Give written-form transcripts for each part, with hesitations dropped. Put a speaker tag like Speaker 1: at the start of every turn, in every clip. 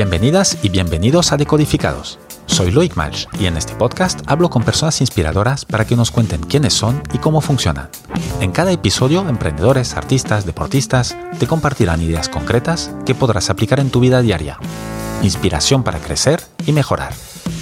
Speaker 1: Bienvenidas y bienvenidos a Decodificados. Soy Loic Malch y en este podcast hablo con personas inspiradoras para que nos cuenten quiénes son y cómo funcionan. En cada episodio, emprendedores, artistas, deportistas te compartirán ideas concretas que podrás aplicar en tu vida diaria. Inspiración para crecer y mejorar.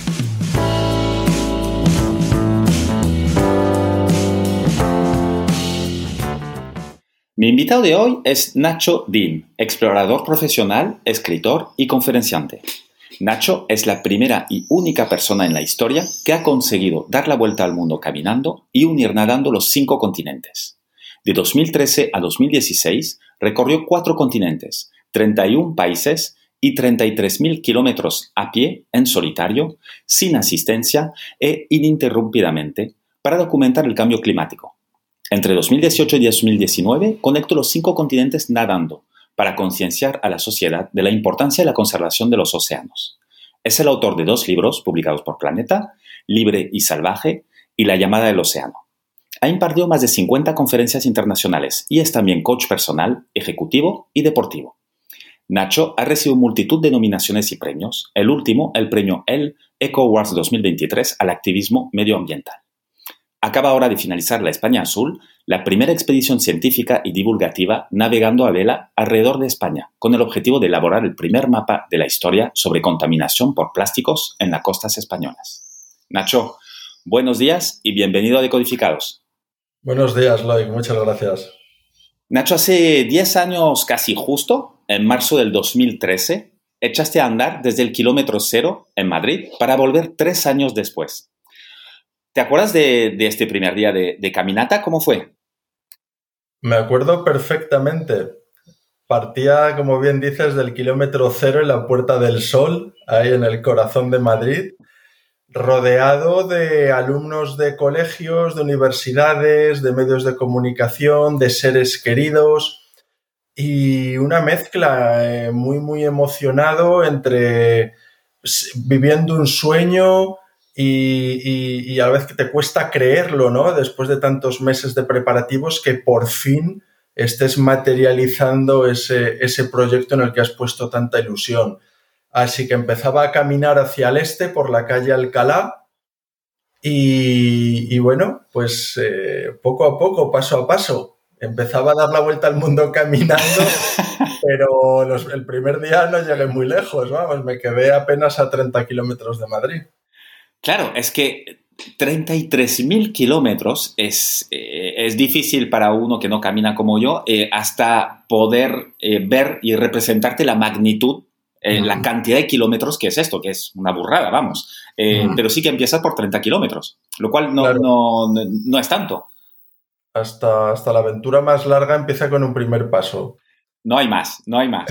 Speaker 2: Mi invitado de hoy es Nacho Dean, explorador profesional, escritor y conferenciante. Nacho es la primera y única persona en la historia que ha conseguido dar la vuelta al mundo caminando y unir nadando los 5 continentes. De 2013 a 2016 recorrió 4 continentes, 31 países y 33.000 kilómetros a pie en solitario, sin asistencia e ininterrumpidamente para documentar el cambio climático. Entre 2018 y 2019 conectó los 5 continentes nadando para concienciar a la sociedad de la importancia de la conservación de los océanos. Es el autor de 2 libros publicados por Planeta, Libre y Salvaje y La llamada del océano. Ha impartido más de 50 conferencias internacionales y es también coach personal, ejecutivo y deportivo. Nacho ha recibido multitud de nominaciones y premios, el último el premio EL Eco Awards 2023 al activismo medioambiental. Acaba ahora de finalizar la España Azul, la primera expedición científica y divulgativa navegando a vela alrededor de España, con el objetivo de elaborar el primer mapa de la historia sobre contaminación por plásticos en las costas españolas. Nacho, buenos días y bienvenido a Decodificados.
Speaker 3: Buenos días, Loic, muchas gracias.
Speaker 2: Nacho, hace 10 años casi justo, en marzo del 2013, echaste a andar desde el kilómetro 0 en Madrid para volver 3 años después. ¿Te acuerdas de este primer día de caminata? ¿Cómo fue?
Speaker 3: Me acuerdo perfectamente. Partía, como bien dices, del kilómetro 0 en la Puerta del Sol, ahí en el corazón de Madrid, rodeado de alumnos de colegios, de universidades, de medios de comunicación, de seres queridos y una mezcla muy emocionado entre viviendo un sueño y a la vez que te cuesta creerlo, ¿no? Después de tantos meses de preparativos que por fin estés materializando ese proyecto en el que has puesto tanta ilusión. Así que empezaba a caminar hacia el este por la calle Alcalá y bueno, pues poco a poco, paso a paso, empezaba a dar la vuelta al mundo caminando, pero el primer día no llegué muy lejos, vamos, me quedé apenas a 30 kilómetros de Madrid.
Speaker 2: Claro, es que 33.000 kilómetros es difícil para uno que no camina como yo, hasta poder ver y representarte la magnitud, la cantidad de kilómetros que es esto, que es una burrada, vamos. Pero sí que empiezas por 30 kilómetros, lo cual no es tanto.
Speaker 3: Hasta la aventura más larga empieza con un primer paso.
Speaker 2: No hay más.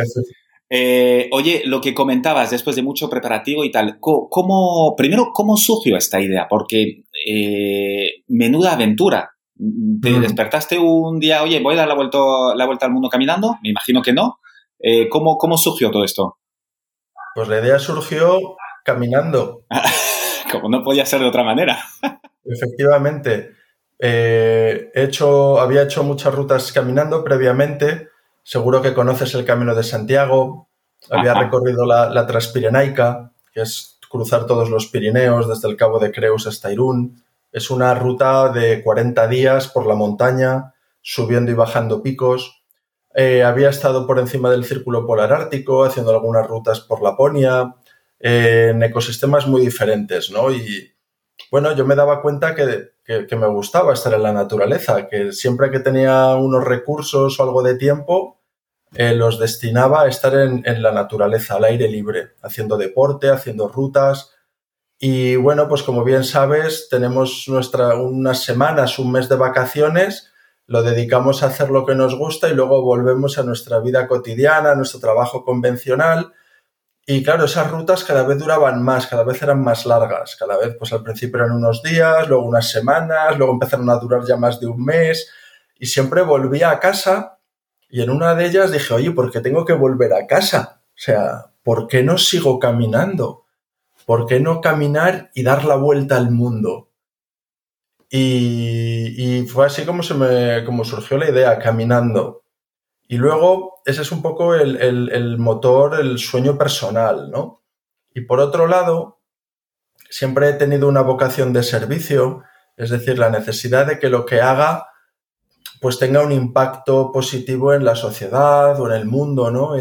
Speaker 2: Oye, lo que comentabas después de mucho preparativo y tal, primero, ¿cómo surgió esta idea? Porque menuda aventura. ¿Te despertaste un día, oye, voy a dar la vuelta al mundo caminando? Me imagino que no. ¿Cómo surgió todo esto?
Speaker 3: Pues la idea surgió caminando.
Speaker 2: Como no podía ser de otra manera.
Speaker 3: Efectivamente. Había hecho muchas rutas caminando previamente. Seguro que conoces el Camino de Santiago. Había recorrido la Transpirenaica, que es cruzar todos los Pirineos desde el Cabo de Creus hasta Irún. Es una ruta de 40 días por la montaña, subiendo y bajando picos. Había estado por encima del Círculo Polar Ártico, haciendo algunas rutas por Laponia, en ecosistemas muy diferentes, ¿no? Y bueno, yo me daba cuenta que me gustaba estar en la naturaleza, que siempre que tenía unos recursos o algo de tiempo, los destinaba a estar en la naturaleza, al aire libre, haciendo deporte, haciendo rutas. Y bueno, pues como bien sabes, tenemos unas semanas, un mes de vacaciones, lo dedicamos a hacer lo que nos gusta y luego volvemos a nuestra vida cotidiana, a nuestro trabajo convencional. Y claro, esas rutas cada vez duraban más, cada vez eran más largas. Cada vez, pues al principio eran unos días, luego unas semanas, luego empezaron a durar ya más de un mes. Y siempre volvía a casa y en una de ellas dije, oye, ¿por qué tengo que volver a casa? O sea, ¿por qué no sigo caminando? ¿Por qué no caminar y dar la vuelta al mundo? Y fue así como surgió la idea, caminando. Y luego ese es un poco el motor, el sueño personal, ¿no? Y por otro lado, siempre he tenido una vocación de servicio, es decir, la necesidad de que lo que haga pues tenga un impacto positivo en la sociedad o en el mundo, ¿no?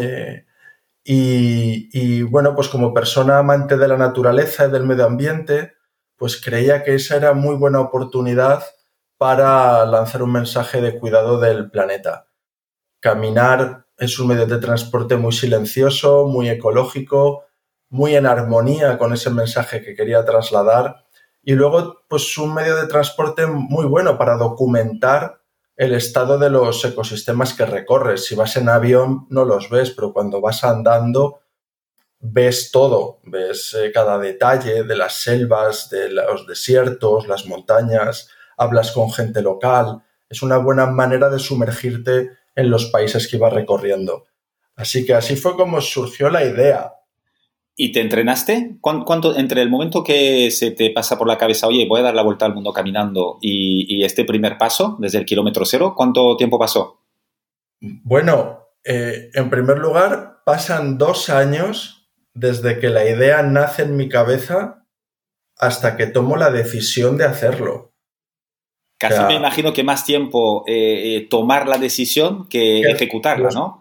Speaker 3: Bueno, pues como persona amante de la naturaleza y del medio ambiente, pues creía que esa era muy buena oportunidad para lanzar un mensaje de cuidado del planeta. Caminar es un medio de transporte muy silencioso, muy ecológico, muy en armonía con ese mensaje que quería trasladar. Y luego, pues un medio de transporte muy bueno para documentar el estado de los ecosistemas que recorres. Si vas en avión no los ves, pero cuando vas andando ves todo, ves cada detalle de las selvas, de los desiertos, las montañas, hablas con gente local. Es una buena manera de sumergirte en los países que iba recorriendo. Así que así fue como surgió la idea.
Speaker 2: ¿Y te entrenaste? ¿Cuánto entre el momento que se te pasa por la cabeza, oye, voy a dar la vuelta al mundo caminando y este primer paso, desde el kilómetro cero, cuánto tiempo pasó?
Speaker 3: Bueno, en primer lugar, pasan 2 años desde que la idea nace en mi cabeza hasta que tomo la decisión de hacerlo.
Speaker 2: Casi
Speaker 3: O sea,
Speaker 2: me imagino que más tiempo tomar la decisión que ejecutarla, ¿no?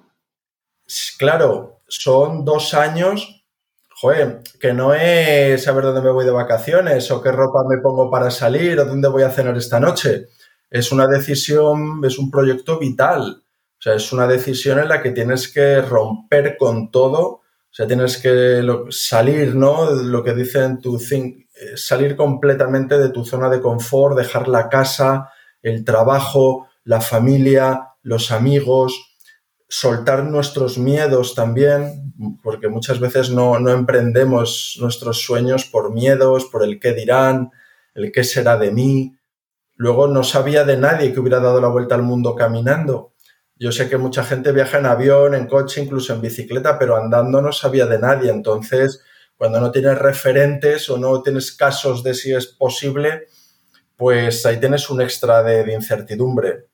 Speaker 3: Claro, son 2 años, joder, que no es saber dónde me voy de vacaciones o qué ropa me pongo para salir o dónde voy a cenar esta noche. Es una decisión, es un proyecto vital. O sea, es una decisión en la que tienes que romper con todo. O sea, tienes que salir, ¿no? Lo que dicen salir completamente de tu zona de confort, dejar la casa, el trabajo, la familia, los amigos, soltar nuestros miedos también, porque muchas veces no emprendemos nuestros sueños por miedos, por el qué dirán, el qué será de mí. Luego no sabía de nadie que hubiera dado la vuelta al mundo caminando. Yo sé que mucha gente viaja en avión, en coche, incluso en bicicleta, pero andando no sabía de nadie. Entonces, cuando no tienes referentes o no tienes casos de si es posible, pues ahí tienes un extra de incertidumbre.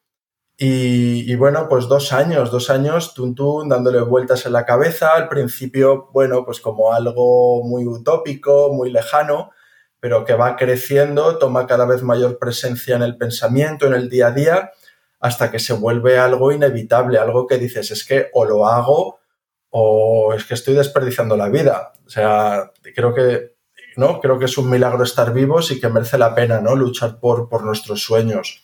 Speaker 3: Y bueno, pues 2 años, dándole vueltas en la cabeza. Al principio, bueno, pues como algo muy utópico, muy lejano, pero que va creciendo, toma cada vez mayor presencia en el pensamiento, en el día a día, hasta que se vuelve algo inevitable, algo que dices, es que o lo hago o es que estoy desperdiciando la vida. O sea, creo que es un milagro estar vivos y que merece la pena, ¿no? Luchar por nuestros sueños.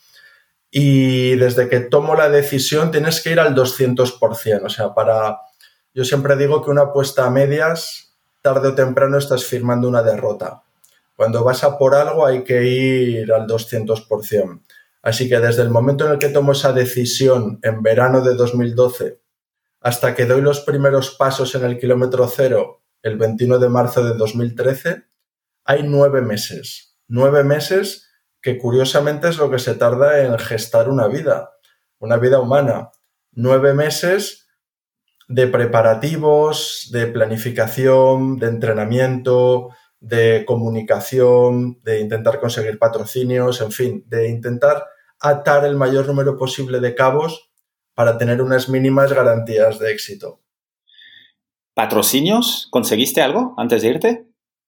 Speaker 3: Y desde que tomo la decisión tienes que ir al 200%. O sea, yo siempre digo que una apuesta a medias, tarde o temprano estás firmando una derrota. Cuando vas a por algo hay que ir al 200%. Así que desde el momento en el que tomo esa decisión en verano de 2012 hasta que doy los primeros pasos en el kilómetro cero el 21 de marzo de 2013, hay 9 meses. 9 meses que curiosamente es lo que se tarda en gestar una vida humana. 9 meses de preparativos, de planificación, de entrenamiento, de comunicación, de intentar conseguir patrocinios, en fin, de intentar atar el mayor número posible de cabos para tener unas mínimas garantías de éxito.
Speaker 2: ¿Patrocinios? ¿Conseguiste algo antes de irte?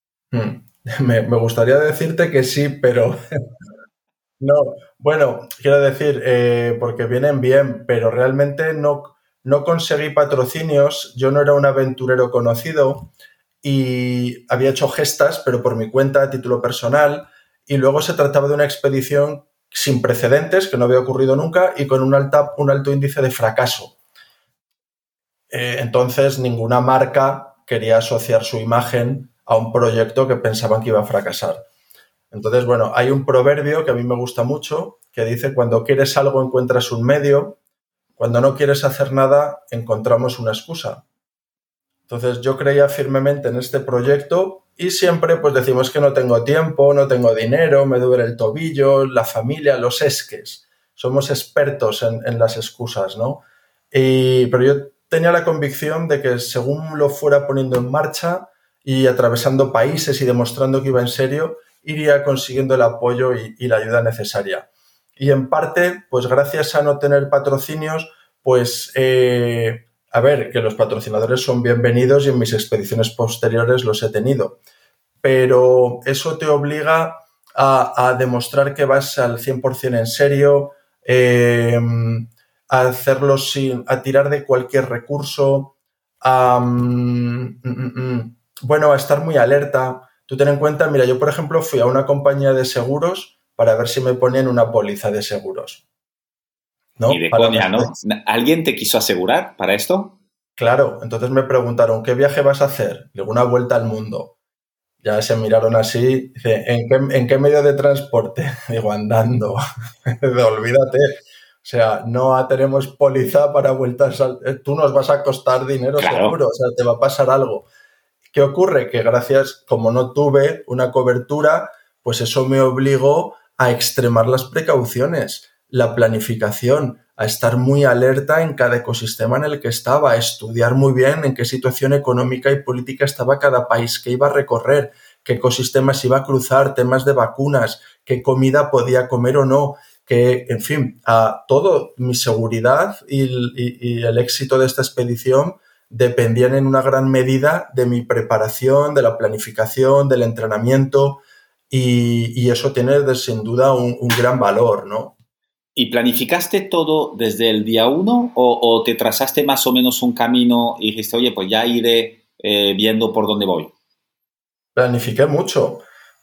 Speaker 3: Me gustaría decirte que sí, pero no. Bueno, quiero decir, porque vienen bien, pero realmente no conseguí patrocinios. Yo no era un aventurero conocido y había hecho gestas, pero por mi cuenta, a título personal, y luego se trataba de una expedición sin precedentes, que no había ocurrido nunca, y con un alto índice de fracaso. Entonces, ninguna marca quería asociar su imagen a un proyecto que pensaban que iba a fracasar. Entonces, bueno, hay un proverbio que a mí me gusta mucho que dice: cuando quieres algo encuentras un medio, cuando no quieres hacer nada encontramos una excusa. Entonces yo creía firmemente en este proyecto y siempre pues decimos que no tengo tiempo, no tengo dinero, me duele el tobillo, la familia, los esques. Somos expertos en las excusas, ¿no? Pero yo tenía la convicción de que según lo fuera poniendo en marcha y atravesando países y demostrando que iba en serio, iría consiguiendo el apoyo y la ayuda necesaria. Y en parte, pues gracias a no tener patrocinios, Pues, a ver, que los patrocinadores son bienvenidos y en mis expediciones posteriores los he tenido, pero eso te obliga a demostrar que vas al 100% en serio, a hacerlo a tirar de cualquier recurso, bueno, a estar muy alerta. Tú ten en cuenta, mira, yo por ejemplo fui a una compañía de seguros para ver si me ponían una póliza de seguros, ¿no?
Speaker 2: Y de coña, ¿no? ¿Alguien te quiso asegurar para esto?
Speaker 3: Claro, entonces me preguntaron, ¿qué viaje vas a hacer? Digo, una vuelta al mundo. Ya se miraron así, dice, ¿en qué medio de transporte? Digo, andando. Olvídate. O sea, no tenemos póliza para vueltas tú nos vas a costar dinero,
Speaker 2: claro,
Speaker 3: seguro, o sea, te va a pasar algo. ¿Qué ocurre? Que gracias, como no tuve una cobertura, pues eso me obligó a extremar las precauciones, la planificación, a estar muy alerta en cada ecosistema en el que estaba, a estudiar muy bien en qué situación económica y política estaba cada país, qué iba a recorrer, qué ecosistemas iba a cruzar, temas de vacunas, qué comida podía comer o no, que, en fin, a todo mi seguridad y el éxito de esta expedición dependían en una gran medida de mi preparación, de la planificación, del entrenamiento y eso tiene sin duda un gran valor, ¿no?
Speaker 2: ¿Y planificaste todo desde el día uno o te trazaste más o menos un camino y dijiste, oye, pues ya iré viendo por dónde voy?
Speaker 3: Planifiqué mucho.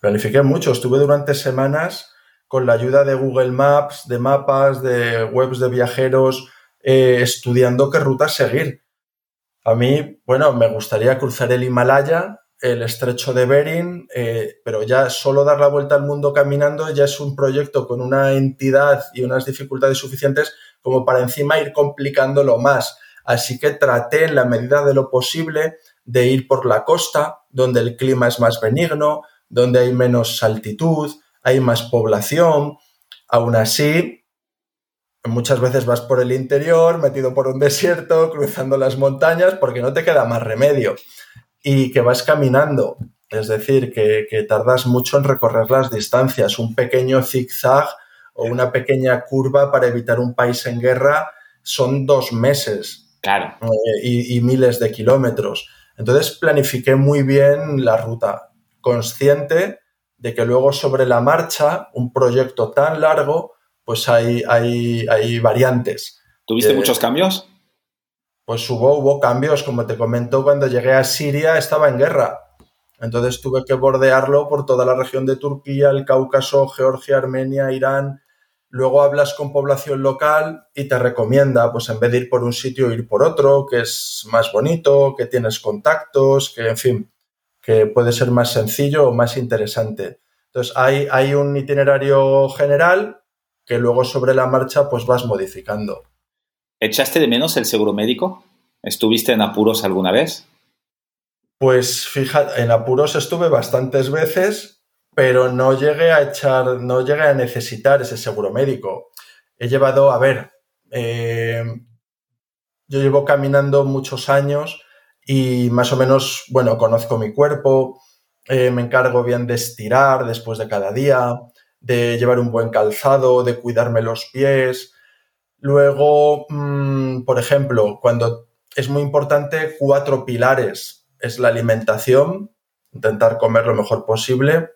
Speaker 3: Estuve durante semanas con la ayuda de Google Maps, de mapas, de webs de viajeros, estudiando qué rutas seguir. A mí, bueno, me gustaría cruzar el Himalaya, el estrecho de Bering, pero ya solo dar la vuelta al mundo caminando ya es un proyecto con una entidad y unas dificultades suficientes como para encima ir complicándolo más. Así que traté en la medida de lo posible de ir por la costa, donde el clima es más benigno, donde hay menos altitud, hay más población. Aún así, muchas veces vas por el interior, metido por un desierto, cruzando las montañas, porque no te queda más remedio. Y que vas caminando, es decir, que tardas mucho en recorrer las distancias. Un pequeño zigzag o una pequeña curva para evitar un país en guerra son 2 meses.
Speaker 2: Claro.
Speaker 3: Y miles de kilómetros. Entonces planifiqué muy bien la ruta, consciente de que luego sobre la marcha, un proyecto tan largo, pues hay variantes.
Speaker 2: ¿Tuviste muchos cambios?
Speaker 3: Pues hubo cambios, como te comento, cuando llegué a Siria estaba en guerra. Entonces tuve que bordearlo por toda la región de Turquía, el Cáucaso, Georgia, Armenia, Irán. Luego hablas con población local y te recomienda, pues en vez de ir por un sitio, ir por otro, que es más bonito, que tienes contactos, que en fin, que puede ser más sencillo o más interesante. Entonces hay un itinerario general que luego sobre la marcha pues vas modificando.
Speaker 2: ¿Echaste de menos el seguro médico? ¿Estuviste en apuros alguna vez?
Speaker 3: Pues fíjate, en apuros estuve bastantes veces, pero no llegué a necesitar ese seguro médico. He llevado, a ver, yo llevo caminando muchos años y más o menos, bueno, conozco mi cuerpo, me encargo bien de estirar después de cada día, de llevar un buen calzado, de cuidarme los pies. Luego, por ejemplo, cuando es muy importante 4 pilares. Es la alimentación, intentar comer lo mejor posible,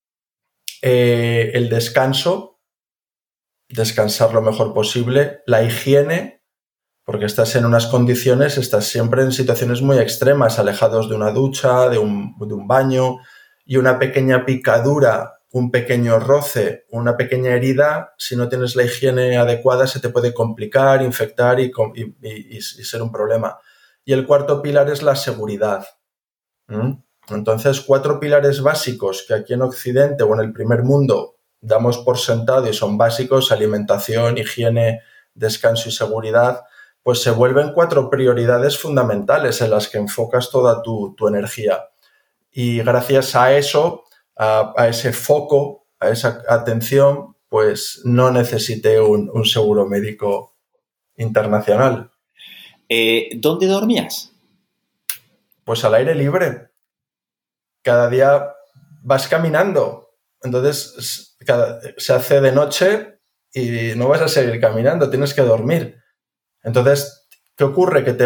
Speaker 3: el descanso, descansar lo mejor posible, la higiene, porque estás en unas condiciones, estás siempre en situaciones muy extremas, alejados de una ducha, de un baño, y una pequeña picadura, un pequeño roce, una pequeña herida, si no tienes la higiene adecuada se te puede complicar, infectar y ser un problema. Y el cuarto pilar es la seguridad. Entonces, 4 pilares básicos que aquí en Occidente o en el primer mundo damos por sentado y son básicos: alimentación, higiene, descanso y seguridad, pues se vuelven 4 prioridades fundamentales en las que enfocas toda tu energía. Y gracias a eso, a ese foco, a esa atención, pues no necesité un seguro médico internacional.
Speaker 2: ¿Dónde dormías?
Speaker 3: Pues al aire libre. Cada día vas caminando. Entonces se hace de noche y no vas a seguir caminando, tienes que dormir. Entonces, ¿qué ocurre? Que te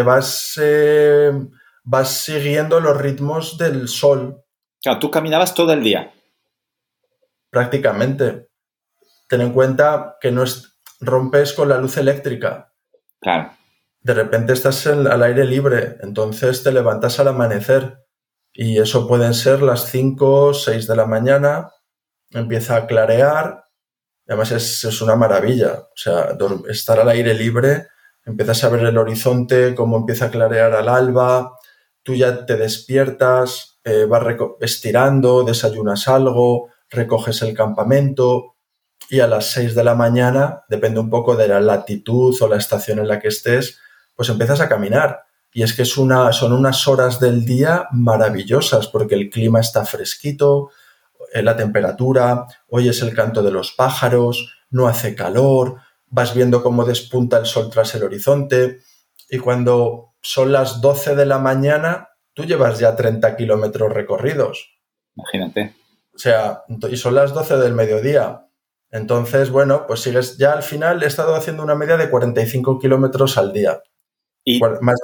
Speaker 3: vas siguiendo los ritmos del sol
Speaker 2: Claro, tú caminabas todo el día.
Speaker 3: prácticamente. Ten en cuenta que rompes con la luz eléctrica.
Speaker 2: Claro.
Speaker 3: De repente estás al aire libre, entonces te levantas al amanecer y eso pueden ser las 5 o 6 de la mañana, empieza a clarear, además es una maravilla, o sea, estar al aire libre, empiezas a ver el horizonte, cómo empieza a clarear al alba, tú ya te despiertas, vas estirando, desayunas algo, recoges el campamento y a las 6 de la mañana, depende un poco de la latitud o la estación en la que estés, pues empiezas a caminar. Y es que son unas horas del día maravillosas porque el clima está fresquito, la temperatura, oyes el canto de los pájaros, no hace calor, vas viendo cómo despunta el sol tras el horizonte y cuando son las 12 de la mañana tú llevas ya 30 kilómetros recorridos.
Speaker 2: Imagínate.
Speaker 3: O sea, y son las 12 del mediodía. Entonces, bueno, pues sigues, ya al final he estado haciendo una media de 45 kilómetros al día.
Speaker 2: Y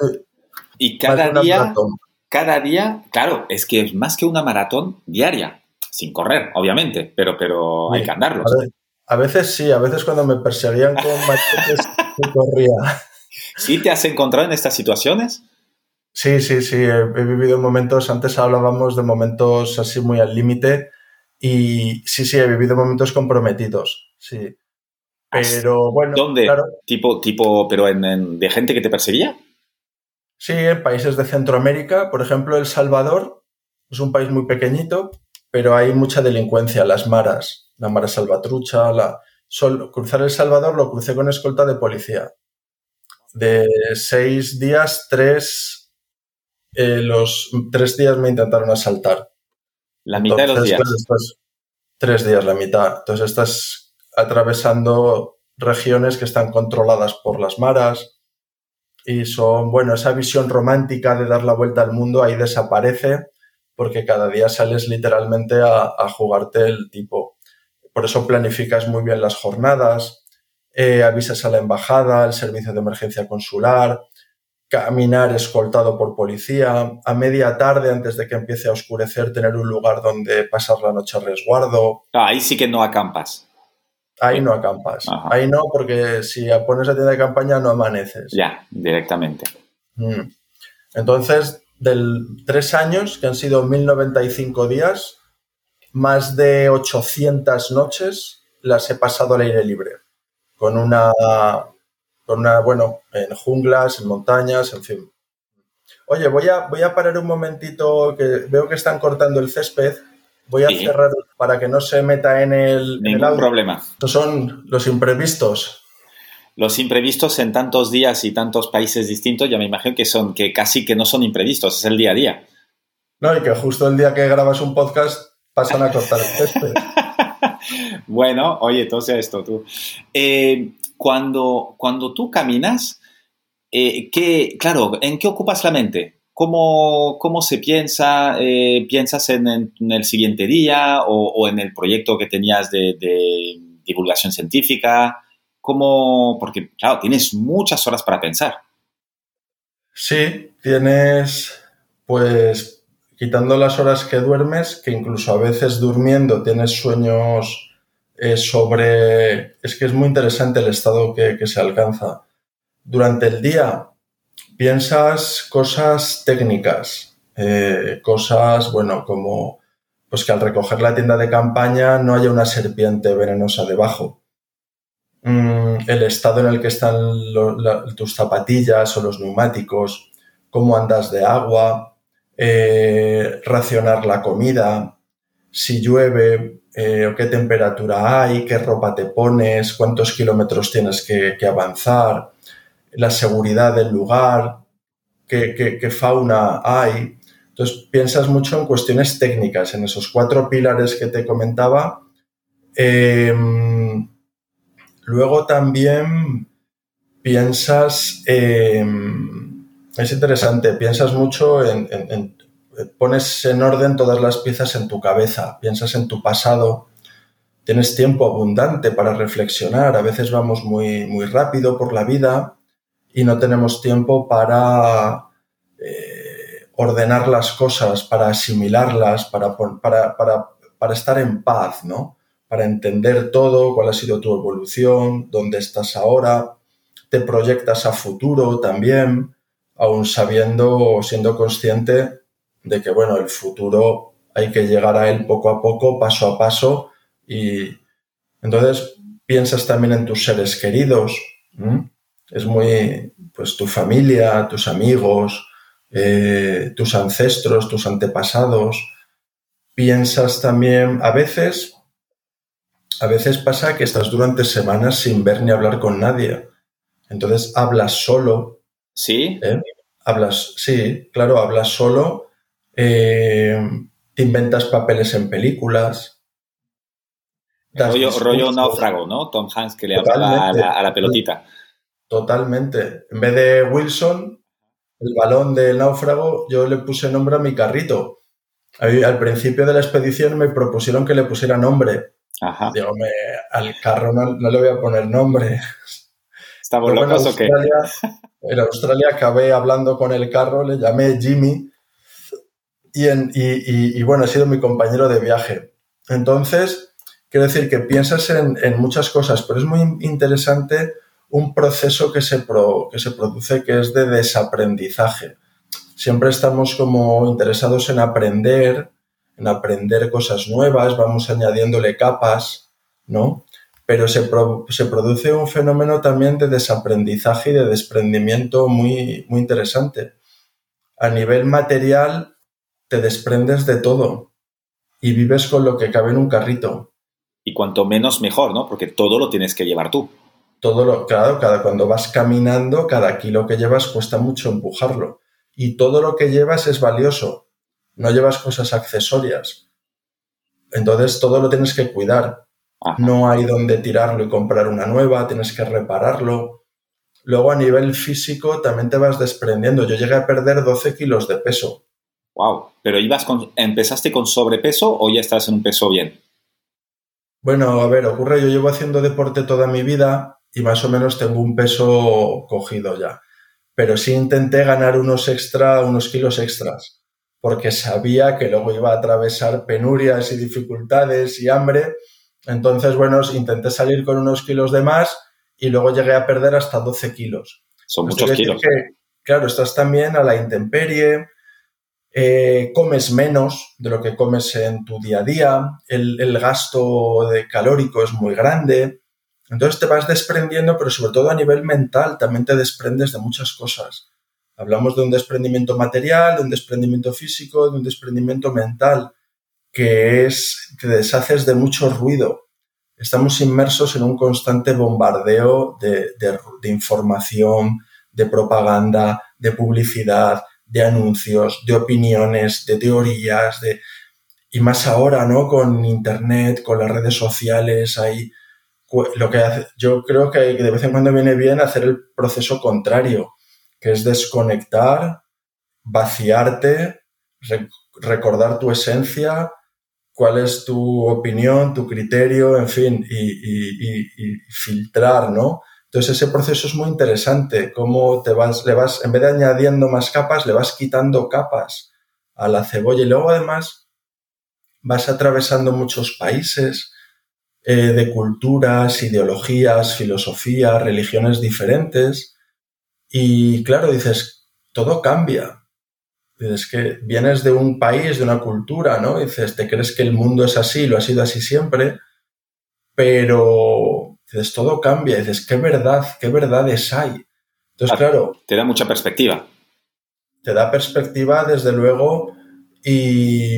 Speaker 2: cada día, claro, es que es más que una maratón diaria, sin correr, obviamente, pero sí, hay que andarlos.
Speaker 3: A veces sí, a veces cuando me perseguían con machetes yo corría.
Speaker 2: ¿Sí te has encontrado en estas situaciones?
Speaker 3: Sí, he vivido momentos, antes hablábamos de momentos así muy al límite y sí, he vivido momentos comprometidos, sí. Pero bueno,
Speaker 2: ¿dónde?
Speaker 3: Claro.
Speaker 2: Tipo, pero de gente que te perseguía.
Speaker 3: Sí, en países de Centroamérica, por ejemplo, El Salvador es un país muy pequeñito, pero hay mucha delincuencia, las maras, la mara salvatrucha, cruzar El Salvador lo crucé con escolta de policía. De 6 días, los 3 días me intentaron asaltar.
Speaker 2: La mitad de los días.
Speaker 3: Claro, 3 días, la mitad. Entonces estás atravesando regiones que están controladas por las maras y esa visión romántica de dar la vuelta al mundo ahí desaparece porque cada día sales literalmente a jugarte el tipo. Por eso planificas muy bien las jornadas, avisas a la embajada, al servicio de emergencia consular, caminar escoltado por policía, a media tarde, antes de que empiece a oscurecer, tener un lugar donde pasar la noche a resguardo.
Speaker 2: Ahí sí que no acampas.
Speaker 3: Ahí no acampas. Ajá. Ahí no, porque si pones la tienda de campaña no amaneces.
Speaker 2: Ya, directamente.
Speaker 3: Entonces, 3 años, que han sido 1095 días, más de 800 noches las he pasado al aire libre. En junglas, en montañas, en fin. Oye, voy a parar un momentito, que veo que están cortando el césped. Voy a cerrar para que no se meta en el audio.
Speaker 2: Ningún problema.
Speaker 3: Estos son los imprevistos.
Speaker 2: Los imprevistos en tantos días y tantos países distintos, ya me imagino que casi que no son imprevistos, es el día a día.
Speaker 3: No, y que justo el día que grabas un podcast pasan a cortar el césped.
Speaker 2: Bueno, oye, entonces esto tú. Cuando tú caminas, ¿en qué ocupas la mente? ¿Cómo se piensa? ¿Piensas en el siguiente día o en el proyecto que tenías de divulgación científica? Porque, claro, tienes muchas horas para pensar.
Speaker 3: Sí, tienes, pues, quitando las horas que duermes, que incluso a veces durmiendo tienes sueños Es que es muy interesante el estado que se alcanza. Durante el día piensas cosas técnicas, cosas, como pues que al recoger la tienda de campaña no haya una serpiente venenosa debajo. El estado en el que están tus zapatillas o los neumáticos, cómo andas de agua, racionar la comida, si llueve, qué temperatura hay, qué ropa te pones, cuántos kilómetros tienes que avanzar, la seguridad del lugar, qué fauna hay. Entonces piensas mucho en cuestiones técnicas, en esos 4 pilares que te comentaba. Luego también piensas, es interesante, piensas mucho pones en orden todas las piezas en tu cabeza, piensas en tu pasado, tienes tiempo abundante para reflexionar, a veces vamos muy, muy rápido por la vida y no tenemos tiempo para ordenar las cosas, para asimilarlas, para estar en paz, ¿no? Para entender todo, cuál ha sido tu evolución, dónde estás ahora, te proyectas a futuro también, aún siendo consciente de que, bueno, el futuro hay que llegar a él poco a poco, paso a paso, y entonces piensas también en tus seres queridos, ¿m? Es muy, pues, tu familia, tus amigos, tus ancestros, tus antepasados. Piensas también, a veces pasa que estás durante semanas sin ver ni hablar con nadie. Entonces hablas solo.
Speaker 2: ¿Sí?
Speaker 3: Sí, claro, hablas solo. Te inventas papeles en películas.
Speaker 2: Rollo Náufrago, ¿no? Tom Hanks que le hablaba a la pelotita.
Speaker 3: Totalmente. En vez de Wilson, el balón del náufrago, yo le puse nombre a mi carrito. Al principio de la expedición me propusieron que le pusiera nombre.
Speaker 2: Ajá.
Speaker 3: Digo, al carro no le voy a poner nombre.
Speaker 2: ¿Estamos locos o qué?
Speaker 3: En Australia acabé hablando con el carro, le llamé Jimmy y bueno, ha sido mi compañero de viaje. Entonces, quiero decir que piensas en muchas cosas, pero es muy interesante un proceso que se produce que es de desaprendizaje. Siempre estamos como interesados en aprender cosas nuevas, vamos añadiéndole capas, ¿no? Pero se produce un fenómeno también de desaprendizaje y de desprendimiento muy, muy interesante. A nivel material te desprendes de todo y vives con lo que cabe en un carrito.
Speaker 2: Y cuanto menos mejor, ¿no? Porque todo lo tienes que llevar tú.
Speaker 3: Claro, cuando vas caminando, cada kilo que llevas cuesta mucho empujarlo. Y todo lo que llevas es valioso. No llevas cosas accesorias. Entonces todo lo tienes que cuidar. Ajá. No hay donde tirarlo y comprar una nueva, tienes que repararlo. Luego a nivel físico también te vas desprendiendo. Yo llegué a perder 12 kilos de peso.
Speaker 2: Wow, ¿pero empezaste con sobrepeso o ya estás en un peso bien?
Speaker 3: Bueno, a ver, yo llevo haciendo deporte toda mi vida y más o menos tengo un peso cogido ya. Pero sí intenté ganar unos kilos extras, porque sabía que luego iba a atravesar penurias y dificultades y hambre. Entonces, bueno, intenté salir con unos kilos de más y luego llegué a perder hasta 12 kilos.
Speaker 2: Son muchos kilos.
Speaker 3: Claro, estás también a la intemperie, comes menos de lo que comes en tu día a día, el gasto calórico es muy grande. Entonces te vas desprendiendo, pero sobre todo a nivel mental también te desprendes de muchas cosas. Hablamos de un desprendimiento material, de un desprendimiento físico, de un desprendimiento mental, que te deshaces de mucho ruido. Estamos inmersos en un constante bombardeo de información, de propaganda, de publicidad, de anuncios, de opiniones, de teorías, y más ahora, ¿no? Con Internet, con las redes sociales, hay... Yo creo que de vez en cuando viene bien hacer el proceso contrario, que es desconectar, vaciarte, recordar tu esencia, cuál es tu opinión, tu criterio, en fin, y filtrar, ¿no? Entonces ese proceso es muy interesante, cómo en vez de añadiendo más capas, le vas quitando capas a la cebolla y luego además vas atravesando muchos países, de culturas, ideologías, filosofías, religiones diferentes y claro, dices, todo cambia. Dices que vienes de un país, de una cultura, ¿no? Dices, te crees que el mundo es así, lo ha sido así siempre, pero dices, todo cambia. Dices, qué verdades hay. Entonces, claro...
Speaker 2: Te da mucha perspectiva.
Speaker 3: Te da perspectiva, desde luego, y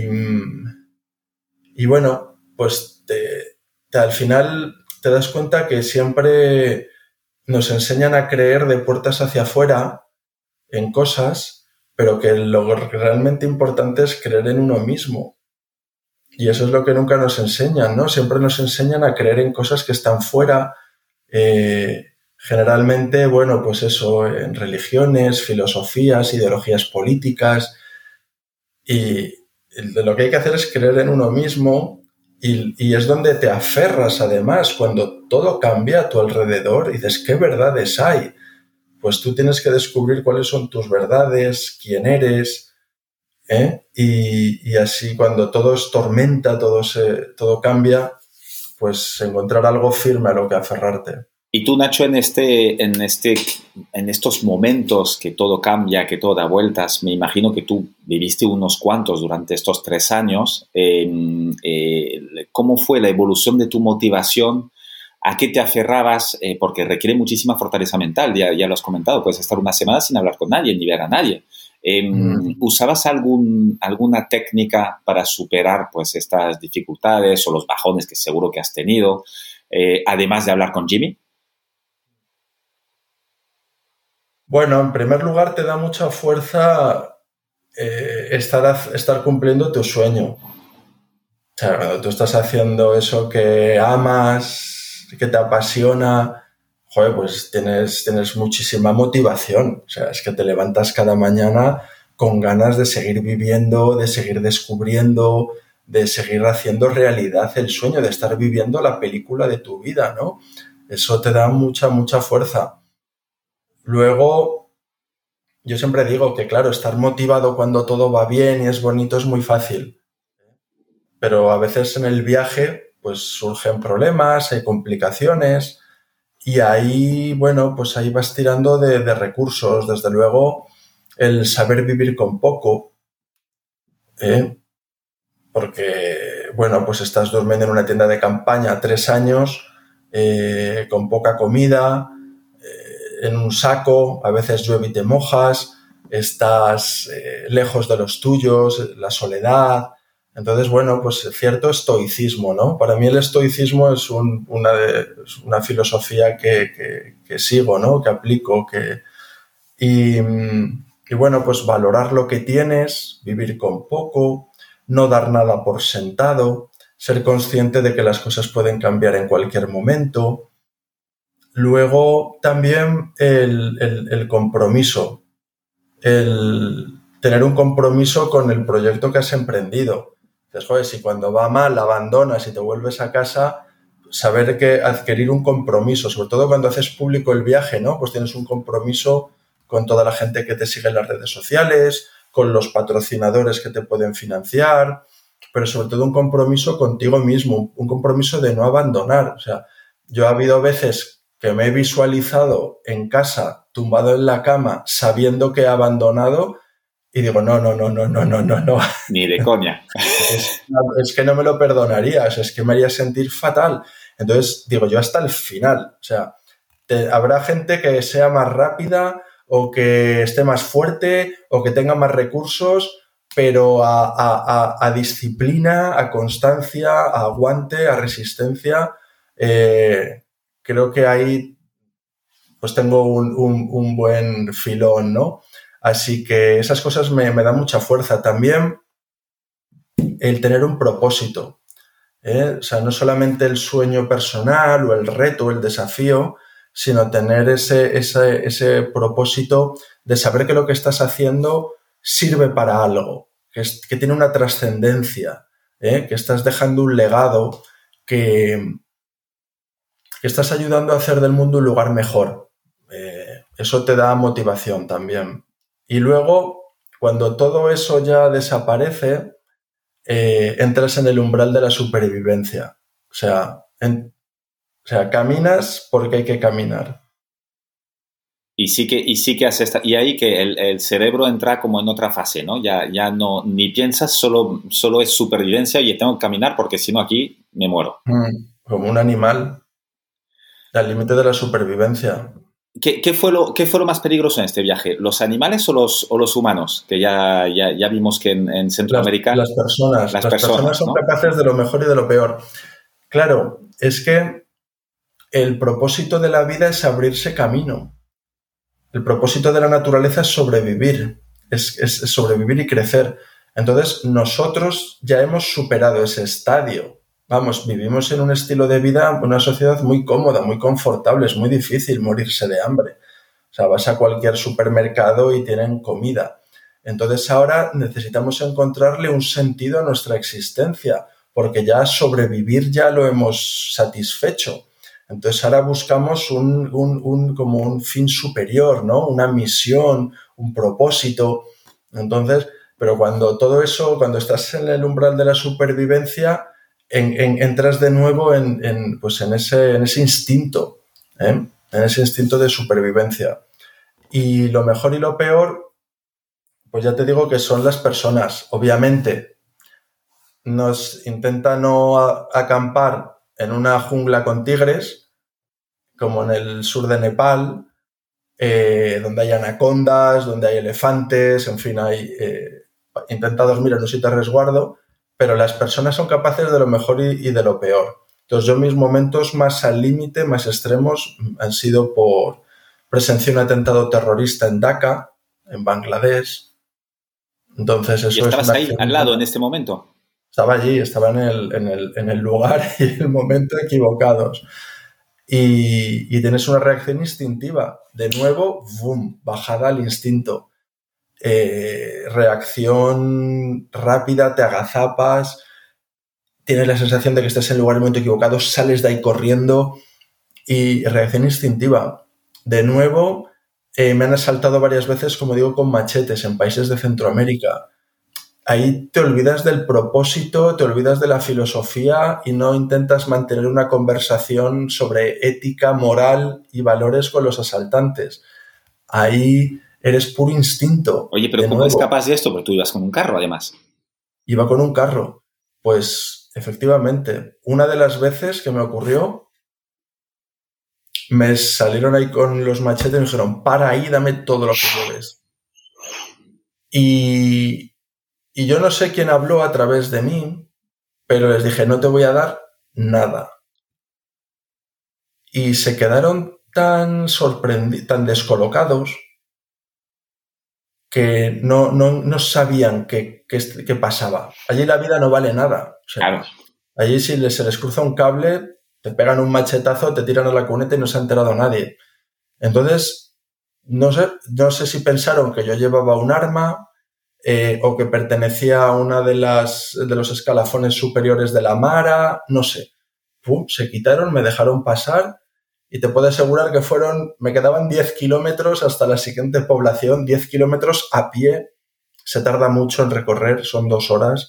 Speaker 3: bueno, pues al final te das cuenta que siempre nos enseñan a creer de puertas hacia afuera en cosas, pero que lo realmente importante es creer en uno mismo. Y eso es lo que nunca nos enseñan, ¿no? Siempre nos enseñan a creer en cosas que están fuera, generalmente, bueno, pues eso, en religiones, filosofías, ideologías políticas. Y lo que hay que hacer es creer en uno mismo y es donde te aferras además, cuando todo cambia a tu alrededor y dices, ¿qué verdades hay? pues tú tienes que descubrir cuáles son tus verdades, quién eres, ¿eh? Y así cuando todo es tormenta, todo cambia, pues encontrar algo firme a lo que aferrarte.
Speaker 2: Y tú, Nacho, en estos momentos que todo cambia, que todo da vueltas, me imagino que tú viviste unos cuantos durante estos 3 años. ¿Cómo fue la evolución de tu motivación? ¿A qué te aferrabas? Porque requiere muchísima fortaleza mental, ya lo has comentado, puedes estar una semana sin hablar con nadie ni ver a nadie. ¿Usabas alguna técnica para superar pues, estas dificultades o los bajones que seguro que has tenido, además de hablar con Jimmy?
Speaker 3: Bueno, en primer lugar te da mucha fuerza estar cumpliendo tu sueño. O sea, cuando tú estás haciendo eso que amas, que te apasiona, joder, pues tienes muchísima motivación. O sea, es que te levantas cada mañana con ganas de seguir viviendo, de seguir descubriendo, de seguir haciendo realidad el sueño, de estar viviendo la película de tu vida, ¿no? Eso te da mucha, mucha fuerza. Luego, yo siempre digo que, claro, estar motivado cuando todo va bien y es bonito es muy fácil. Pero a veces en el viaje, pues surgen problemas, hay complicaciones y ahí, bueno, pues ahí vas tirando de recursos. Desde luego, el saber vivir con poco, porque, bueno, pues estás durmiendo en una tienda de campaña 3 años, con poca comida, en un saco, a veces llueve y te mojas, estás lejos de los tuyos, la soledad. Entonces, bueno, pues cierto estoicismo, ¿no? Para mí el estoicismo es una filosofía que sigo, ¿no? Que aplico, y bueno, pues valorar lo que tienes, vivir con poco, no dar nada por sentado, ser consciente de que las cosas pueden cambiar en cualquier momento. Luego también el compromiso, el tener un compromiso con el proyecto que has emprendido. Entonces, joder, si cuando va mal abandonas y te vuelves a casa, saber que adquirir un compromiso, sobre todo cuando haces público el viaje, ¿no? Pues tienes un compromiso con toda la gente que te sigue en las redes sociales, con los patrocinadores que te pueden financiar, pero sobre todo un compromiso contigo mismo, un compromiso de no abandonar. O sea, yo ha habido veces que me he visualizado en casa, tumbado en la cama, sabiendo que he abandonado y digo, no.
Speaker 2: Ni de coña.
Speaker 3: Es que no me lo perdonarías, es que me haría sentir fatal. Entonces, digo, yo hasta el final. O sea, habrá gente que sea más rápida o que esté más fuerte o que tenga más recursos, pero a disciplina, a constancia, a aguante, a resistencia, creo que ahí pues tengo un buen filón, ¿no? Así que esas cosas me dan mucha fuerza. También el tener un propósito, ¿eh? O sea, no solamente el sueño personal o el reto, el desafío, sino tener ese propósito de saber que lo que estás haciendo sirve para algo, que tiene una trascendencia, que estás dejando un legado, que estás ayudando a hacer del mundo un lugar mejor. Eso te da motivación también. Y luego, cuando todo eso ya desaparece, entras en el umbral de la supervivencia. O sea, caminas porque hay que caminar.
Speaker 2: Y sí que hace y ahí que el cerebro entra como en otra fase, ¿no? Ya no, ni piensas, solo es supervivencia y tengo que caminar porque si no aquí me muero.
Speaker 3: Como un animal, al límite de la supervivencia.
Speaker 2: ¿Qué fue lo más peligroso en este viaje? ¿Los animales o los humanos? Que ya vimos que en Centroamérica...
Speaker 3: Las personas son, ¿no?, capaces de lo mejor y de lo peor. Claro, es que el propósito de la vida es abrirse camino. El propósito de la naturaleza es sobrevivir, es sobrevivir y crecer. Entonces, nosotros ya hemos superado ese estadio. Vamos, vivimos en un estilo de vida, una sociedad muy cómoda, muy confortable, es muy difícil morirse de hambre. O sea, vas a cualquier supermercado y tienen comida. Entonces ahora necesitamos encontrarle un sentido a nuestra existencia, porque ya sobrevivir ya lo hemos satisfecho. Entonces ahora buscamos como un fin superior, ¿no? Una misión, un propósito. Entonces, pero cuando todo eso, cuando estás en el umbral de la supervivencia, entras de nuevo en ese instinto, ¿eh? En ese instinto de supervivencia. Y lo mejor y lo peor, pues ya te digo que son las personas. Obviamente, nos intenta no acampar en una jungla con tigres, como en el sur de Nepal, donde hay anacondas, donde hay elefantes, en fin, intenta dormir en un sitio de resguardo, pero las personas son capaces de lo mejor y de lo peor. Entonces, yo mis momentos más al límite, más extremos, han sido presencié un atentado terrorista en Dhaka, en Bangladesh. Entonces, eso
Speaker 2: ¿Y estabas
Speaker 3: es una
Speaker 2: ahí,
Speaker 3: acción.
Speaker 2: al lado, en este momento?
Speaker 3: Estaba allí, estaba en el lugar y el momento equivocados. Y tienes una reacción instintiva. De nuevo, ¡boom!, bajada al instinto. Reacción rápida, te agazapas, tienes la sensación de que estás en el lugar en el momento equivocado, sales de ahí corriendo y reacción instintiva. De nuevo, me han asaltado varias veces, como digo, con machetes en países de Centroamérica. Ahí te olvidas del propósito, te olvidas de la filosofía y no intentas mantener una conversación sobre ética, moral y valores con los asaltantes. Ahí eres puro instinto.
Speaker 2: Oye, pero
Speaker 3: De
Speaker 2: ¿cómo
Speaker 3: nuevo,
Speaker 2: escapas de esto? Porque tú ibas con un carro, además.
Speaker 3: iba con un carro. Pues efectivamente, una de las veces que me ocurrió, me salieron ahí con los machetes y me dijeron, para ahí, dame todo lo que lleves. Y yo no sé quién habló a través de mí, pero les dije, no te voy a dar nada. Y se quedaron tan sorprendidos, tan descolocados, que no sabían qué pasaba. Allí la vida no vale nada. O sea,
Speaker 2: Claro.
Speaker 3: allí si se les cruza un cable, te pegan un machetazo, te tiran a la cuneta y no se ha enterado nadie. Entonces, no sé si pensaron que yo llevaba un arma o que pertenecía a una de los escalafones superiores de la Mara, no sé. Pum, se quitaron, me dejaron pasar y te puedo asegurar que me quedaban 10 kilómetros hasta la siguiente población, 10 kilómetros a pie, se tarda mucho en recorrer, son 2 horas,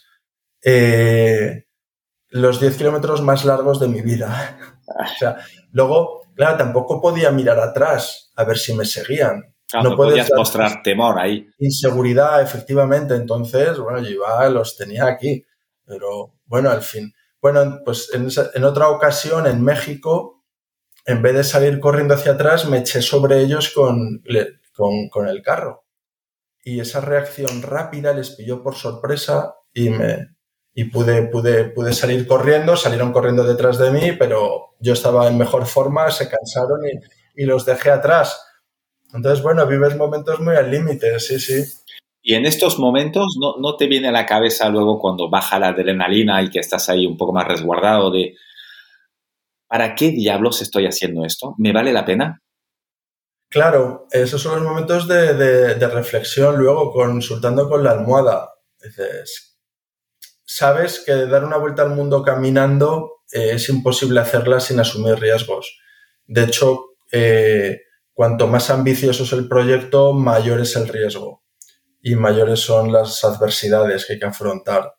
Speaker 3: los 10 kilómetros más largos de mi vida. O sea, luego, claro, tampoco podía mirar atrás a ver si me seguían.
Speaker 2: Claro, no podías mostrar temor ahí.
Speaker 3: Inseguridad, efectivamente. Entonces, bueno, yo los tenía aquí. Pero, bueno, al fin. Bueno, pues en otra ocasión, en México, en vez de salir corriendo hacia atrás, me eché sobre ellos con el carro. Y esa reacción rápida les pilló por sorpresa y pude salir corriendo, salieron corriendo detrás de mí, pero yo estaba en mejor forma, se cansaron y los dejé atrás. Entonces, bueno, vives momentos muy al límite, sí, sí.
Speaker 2: Y en estos momentos, ¿no te viene a la cabeza luego cuando baja la adrenalina y que estás ahí un poco más resguardado de ¿para qué diablos estoy haciendo esto? ¿Me vale la pena?
Speaker 3: Claro, esos son los momentos de reflexión luego consultando con la almohada. Dices, sabes que dar una vuelta al mundo caminando es imposible hacerla sin asumir riesgos. De hecho, cuanto más ambicioso es el proyecto, mayor es el riesgo y mayores son las adversidades que hay que afrontar.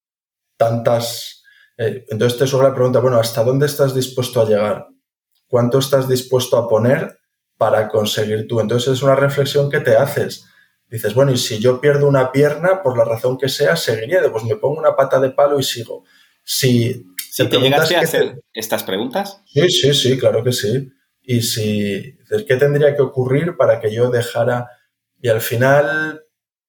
Speaker 3: Entonces te surge la pregunta, bueno, ¿hasta dónde estás dispuesto a llegar? ¿Cuánto estás dispuesto a poner para conseguir tú? Entonces es una reflexión que te haces. Dices, bueno, y si yo pierdo una pierna, por la razón que sea, seguiría. Pues me pongo una pata de palo y sigo. Si
Speaker 2: te llegaste a hacer estas preguntas.
Speaker 3: Sí, claro que sí. Y dices, ¿qué tendría que ocurrir para que yo dejara? Y al final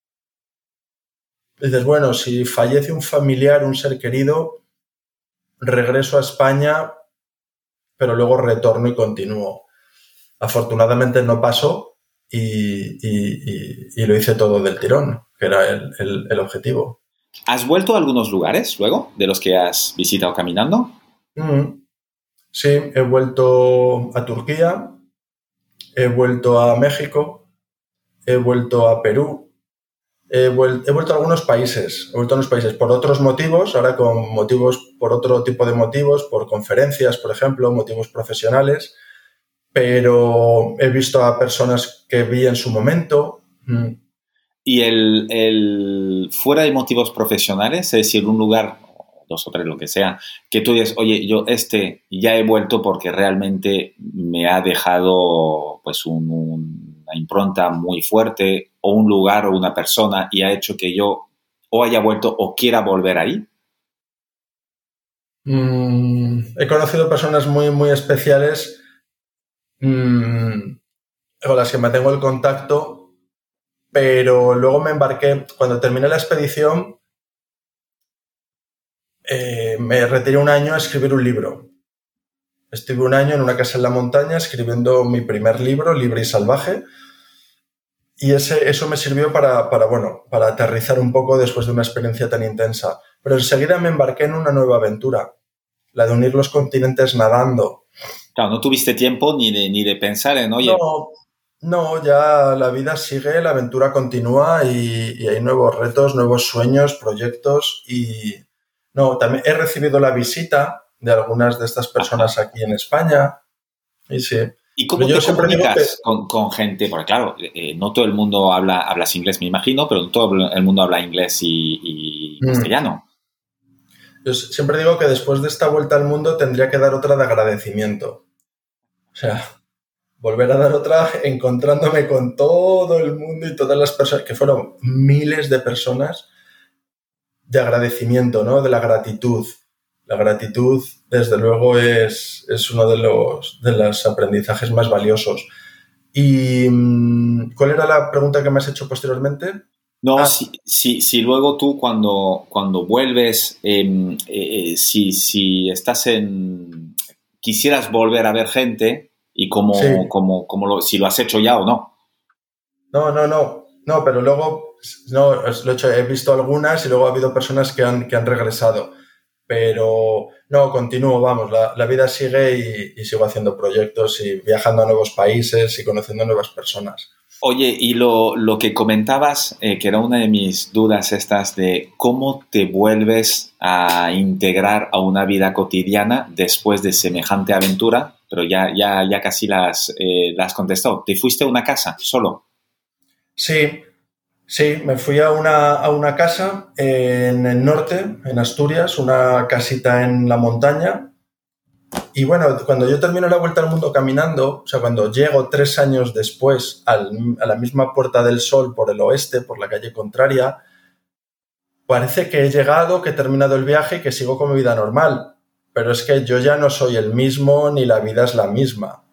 Speaker 3: dices, bueno, si fallece un familiar, un ser querido, regreso a España, pero luego retorno y continúo. Afortunadamente no pasó y lo hice todo del tirón, que era el objetivo.
Speaker 2: ¿Has vuelto a algunos lugares luego de los que has visitado caminando?
Speaker 3: Sí, he vuelto a Turquía, he vuelto a México, he vuelto a Perú, He vuelto a algunos países. He vuelto a unos países por otros motivos, ahora con motivos, por otro tipo de motivos, por conferencias, por ejemplo, motivos profesionales, pero he visto a personas que vi en su momento.
Speaker 2: Y el fuera de motivos profesionales, es decir, un lugar, 2 o 3, lo que sea, que tú dices, oye, yo ya he vuelto porque realmente me ha dejado pues una impronta muy fuerte, o un lugar o una persona, y ha hecho que yo o haya vuelto o quiera volver ahí.
Speaker 3: He conocido personas muy, muy especiales con las que mantengo el contacto, pero luego me embarqué, cuando terminé la expedición, me retiré un año a escribir un libro. Estuve un año en una casa en la montaña escribiendo mi primer libro, Libre y Salvaje, y eso me sirvió para aterrizar un poco después de una experiencia tan intensa. Pero enseguida me embarqué en una nueva aventura, la de unir los continentes nadando.
Speaker 2: Claro, no tuviste tiempo ni de pensar en, oye...
Speaker 3: No, ya la vida sigue, la aventura continúa y hay nuevos retos, nuevos sueños, proyectos y... No, también he recibido la visita de algunas de estas personas aquí en España y sí.
Speaker 2: ¿Y cómo te comunicas con gente? Porque claro, no todo el mundo hablas inglés, me imagino, pero no todo el mundo habla inglés y castellano.
Speaker 3: Yo siempre digo que después de esta vuelta al mundo tendría que dar otra de agradecimiento. O sea, volver a dar otra encontrándome con todo el mundo y todas las personas, que fueron miles de personas, de agradecimiento, ¿no? De la gratitud. La gratitud, desde luego, es uno de los aprendizajes más valiosos. ¿Y cuál era la pregunta que me has hecho posteriormente?
Speaker 2: No, si luego tú cuando vuelves, si estás quisieras volver a ver gente y si lo has hecho ya o no.
Speaker 3: No, pero luego he visto algunas y luego ha habido personas que han regresado. Pero no, continúo, vamos, la vida sigue y sigo haciendo proyectos y viajando a nuevos países y conociendo nuevas personas.
Speaker 2: Oye, y lo que comentabas, que era una de mis dudas estas de cómo te vuelves a integrar a una vida cotidiana después de semejante aventura, pero ya casi las contestó. ¿Te fuiste a una casa solo?
Speaker 3: Sí, me fui a una casa en el norte, en Asturias, una casita en la montaña. Y bueno, cuando yo termino la vuelta al mundo caminando, o sea, cuando llego 3 años después a la misma Puerta del Sol por el oeste, por la calle contraria, parece que he llegado, que he terminado el viaje y que sigo con mi vida normal. Pero es que yo ya no soy el mismo ni la vida es la misma.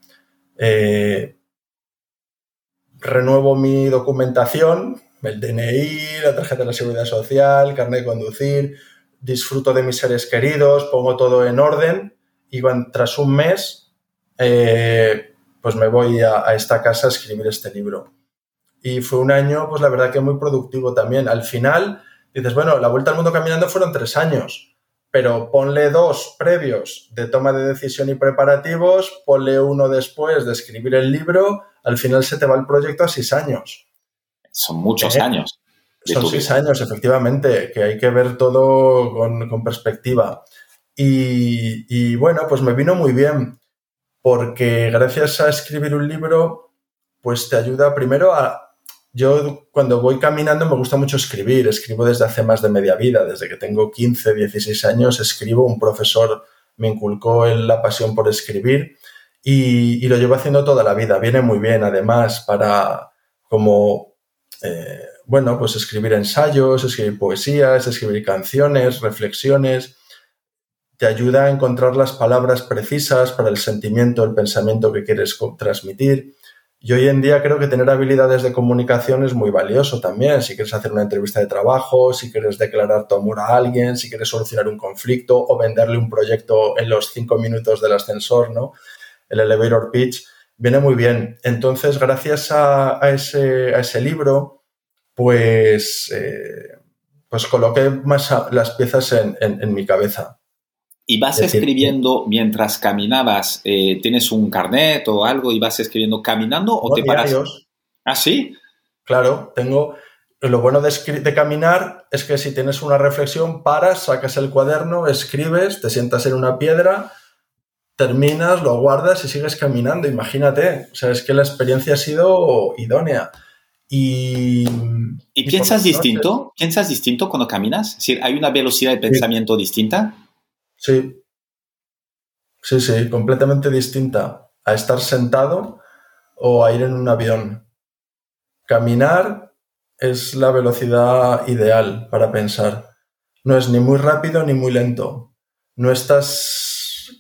Speaker 3: Renuevo mi documentación, el DNI, la tarjeta de la Seguridad Social, carnet de conducir, disfruto de mis seres queridos, pongo todo en orden y tras un mes pues me voy a esta casa a escribir este libro. Y fue un año, pues la verdad que muy productivo también. Al final dices, bueno, la vuelta al mundo caminando fueron 3 años, pero ponle 2 previos de toma de decisión y preparativos, ponle 1 después de escribir el libro, al final se te va el proyecto a 6 años.
Speaker 2: Son muchos años.
Speaker 3: Son 6 años, efectivamente, que hay que ver todo con perspectiva. Y bueno, pues me vino muy bien, porque gracias a escribir un libro, pues te ayuda primero a... Yo cuando voy caminando me gusta mucho escribir, escribo desde hace más de media vida, desde que tengo 15, 16 años escribo, un profesor me inculcó la pasión por escribir y lo llevo haciendo toda la vida, viene muy bien además para pues escribir ensayos, escribir poesías, escribir canciones, reflexiones, te ayuda a encontrar las palabras precisas para el sentimiento, el pensamiento que quieres transmitir. Y hoy en día creo que tener habilidades de comunicación es muy valioso también. Si quieres hacer una entrevista de trabajo, si quieres declarar tu amor a alguien, si quieres solucionar un conflicto o venderle un proyecto en los 5 minutos del ascensor, ¿no? El elevator pitch, viene muy bien. Entonces, gracias a ese libro, pues coloqué más las piezas en mi cabeza.
Speaker 2: ¿Y vas escribiendo mientras caminabas? ¿Tienes un carnet o algo y vas escribiendo caminando o te paras?
Speaker 3: Diarios.
Speaker 2: ¿Ah, sí?
Speaker 3: Claro, tengo... lo bueno de caminar es que si tienes una reflexión, paras, sacas el cuaderno, escribes, te sientas en una piedra, terminas, lo guardas y sigues caminando. Imagínate, o sea, es que la experiencia ha sido idónea.
Speaker 2: ¿Y piensas distinto? ¿Piensas distinto cuando caminas? Es decir, ¿hay una velocidad de pensamiento distinta?
Speaker 3: Sí, completamente distinta a estar sentado o a ir en un avión. Caminar es la velocidad ideal para pensar. No es ni muy rápido ni muy lento. No estás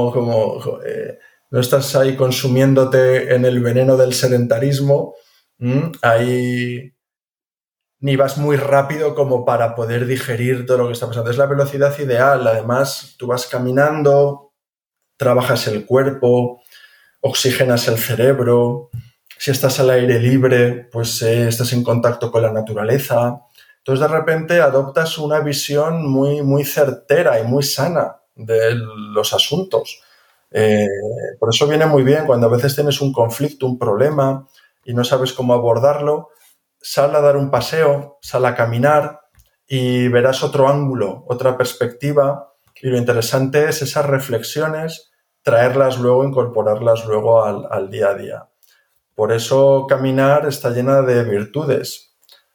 Speaker 3: no estás ahí consumiéndote en el veneno del sedentarismo. Ahí ni vas muy rápido como para poder digerir todo lo que está pasando. Es la velocidad ideal. Además, tú vas caminando, trabajas el cuerpo, oxigenas el cerebro. Si estás al aire libre, pues estás en contacto con la naturaleza. Entonces, de repente, adoptas una visión muy, muy certera y muy sana de los asuntos. Por eso viene muy bien cuando a veces tienes un conflicto, un problema y no sabes cómo abordarlo, sal a dar un paseo, sal a caminar y verás otro ángulo, otra perspectiva. Y lo interesante es esas reflexiones, traerlas luego, incorporarlas luego al día a día. Por eso caminar está llena de virtudes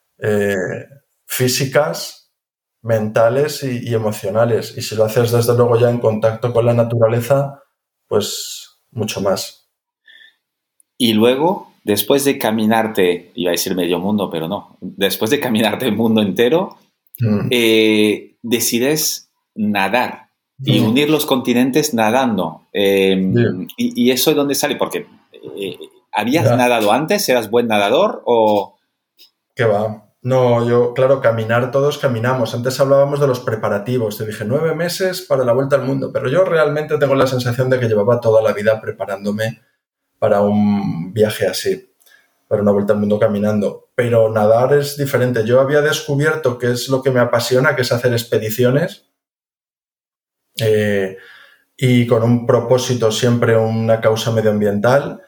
Speaker 3: físicas, mentales y emocionales. Y si lo haces desde luego ya en contacto con la naturaleza, pues mucho más.
Speaker 2: Y luego, después de caminarte, iba a decir medio mundo, pero no, después de caminarte el mundo entero, decides nadar y unir los continentes nadando. ¿Y eso de dónde sale? Porque... ¿habías nadado antes? ¿Eras buen nadador o...?
Speaker 3: ¿Qué va? No, yo, claro, caminar todos caminamos. Antes hablábamos de los preparativos. Te dije 9 meses para la vuelta al mundo, pero yo realmente tengo la sensación de que llevaba toda la vida preparándome para un viaje así, para una vuelta al mundo caminando. Pero nadar es diferente. Yo había descubierto que es lo que me apasiona, que es hacer expediciones y con un propósito, siempre una causa medioambiental.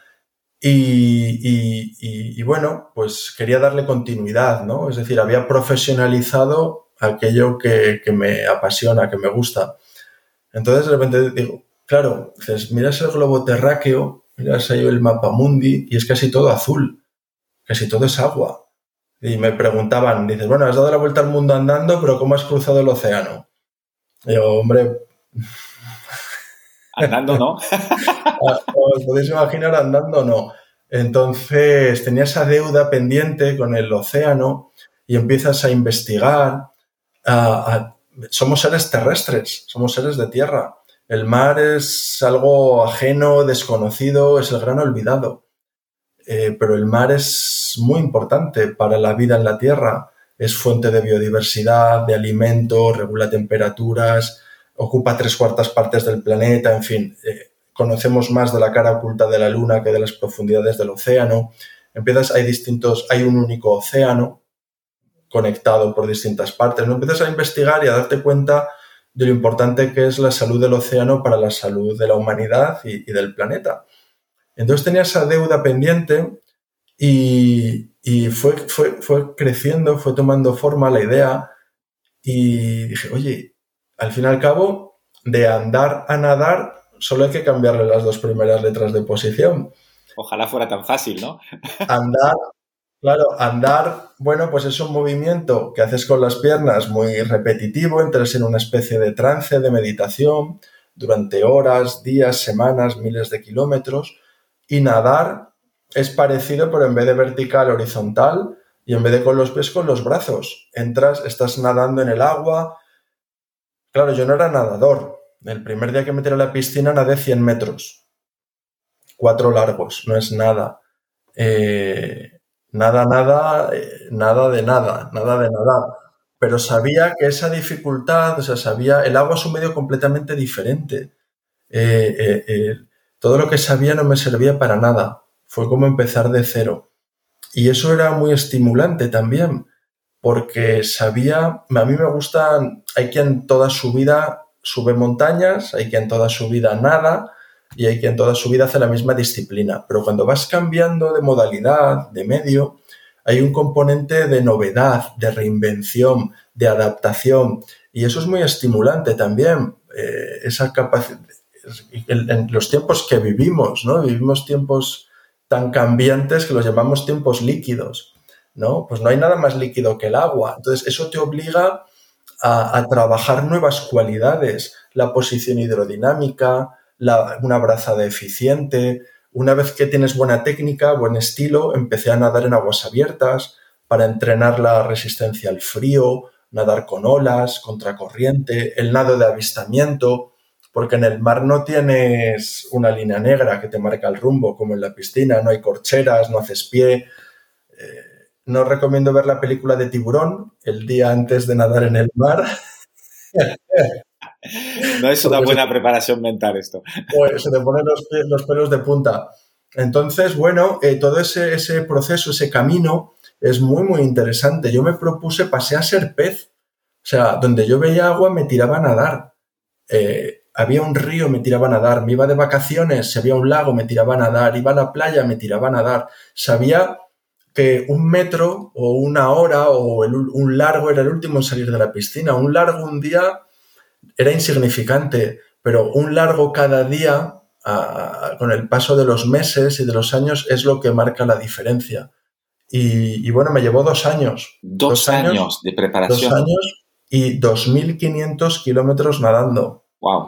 Speaker 3: Y bueno, pues quería darle continuidad, ¿no? Es decir, había profesionalizado aquello que me apasiona, que me gusta. Entonces, de repente digo, claro, dices, miras el globo terráqueo, miras ahí el mapamundi y es casi todo azul, casi todo es agua. Y me preguntaban, dices, bueno, has dado la vuelta al mundo andando, pero ¿cómo has cruzado el océano? Y digo, hombre...
Speaker 2: Andando, ¿no?
Speaker 3: Os podéis imaginar, andando no. Entonces tenía esa deuda pendiente con el océano y empiezas a investigar. Somos seres terrestres, somos seres de tierra. El mar es algo ajeno, desconocido, es el gran olvidado. Pero el mar es muy importante para la vida en la tierra. Es fuente de biodiversidad, de alimento, regula temperaturas, ocupa 3/4 partes del planeta, en fin, conocemos más de la cara oculta de la luna que de las profundidades del océano. Hay un único océano conectado por distintas partes. ¿No? Empiezas a investigar y a darte cuenta de lo importante que es la salud del océano para la salud de la humanidad y del planeta. Entonces tenía esa deuda pendiente y fue creciendo, fue tomando forma la idea y dije, oye, al fin y al cabo, de andar a nadar, solo hay que cambiarle las 2 primeras letras de posición.
Speaker 2: Ojalá fuera tan fácil, ¿no?
Speaker 3: Andar, bueno, pues es un movimiento que haces con las piernas muy repetitivo, entras en una especie de trance, de meditación, durante horas, días, semanas, miles de kilómetros. Y nadar es parecido, pero en vez de vertical, horizontal, y en vez de con los pies, con los brazos. Estás nadando en el agua. Claro, yo no era nadador. El primer día que me tiré a la piscina nadé 100 metros. 4 largos, no es nada. Nada de nadar. Pero sabía que esa dificultad, o sea, el agua es un medio completamente diferente. Todo lo que sabía no me servía para nada. Fue como empezar de cero. Y eso era muy estimulante también, porque a mí me gustan, hay quien toda su vida sube montañas, hay quien toda su vida nada y hay quien toda su vida hace la misma disciplina. Pero cuando vas cambiando de modalidad, de medio, hay un componente de novedad, de reinvención, de adaptación, y eso es muy estimulante también, esa capacidad, en los tiempos que vivimos, ¿no? Vivimos tiempos tan cambiantes que los llamamos tiempos líquidos, ¿no? Pues no hay nada más líquido que el agua. Entonces, eso te obliga a trabajar nuevas cualidades, la posición hidrodinámica, una brazada eficiente. Una vez que tienes buena técnica, buen estilo, empecé a nadar en aguas abiertas para entrenar la resistencia al frío, nadar con olas, contracorriente, el nado de avistamiento, porque en el mar no tienes una línea negra que te marca el rumbo, como en la piscina, no hay corcheras, no haces pie. No recomiendo ver la película de Tiburón el día antes de nadar en el mar.
Speaker 2: No es una buena preparación mental esto.
Speaker 3: Pues se te ponen los pelos de punta. Entonces, bueno, todo ese proceso, ese camino es muy, muy interesante. Yo me propuse, pasé a ser pez. O sea, donde yo veía agua me tiraba a nadar. Había un río, me tiraba a nadar. Me iba de vacaciones, si había un lago, me tiraba a nadar. Iba a la playa, me tiraba a nadar. Sabía que 1 metro o 1 hora o un largo era el último en salir de la piscina. Un largo un día era insignificante, pero un largo cada día, con el paso de los meses y de los años, es lo que marca la diferencia. Y bueno, me llevó 2 años.
Speaker 2: 2 años de preparación.
Speaker 3: 2 años y 2.500 kilómetros nadando.
Speaker 2: Wow.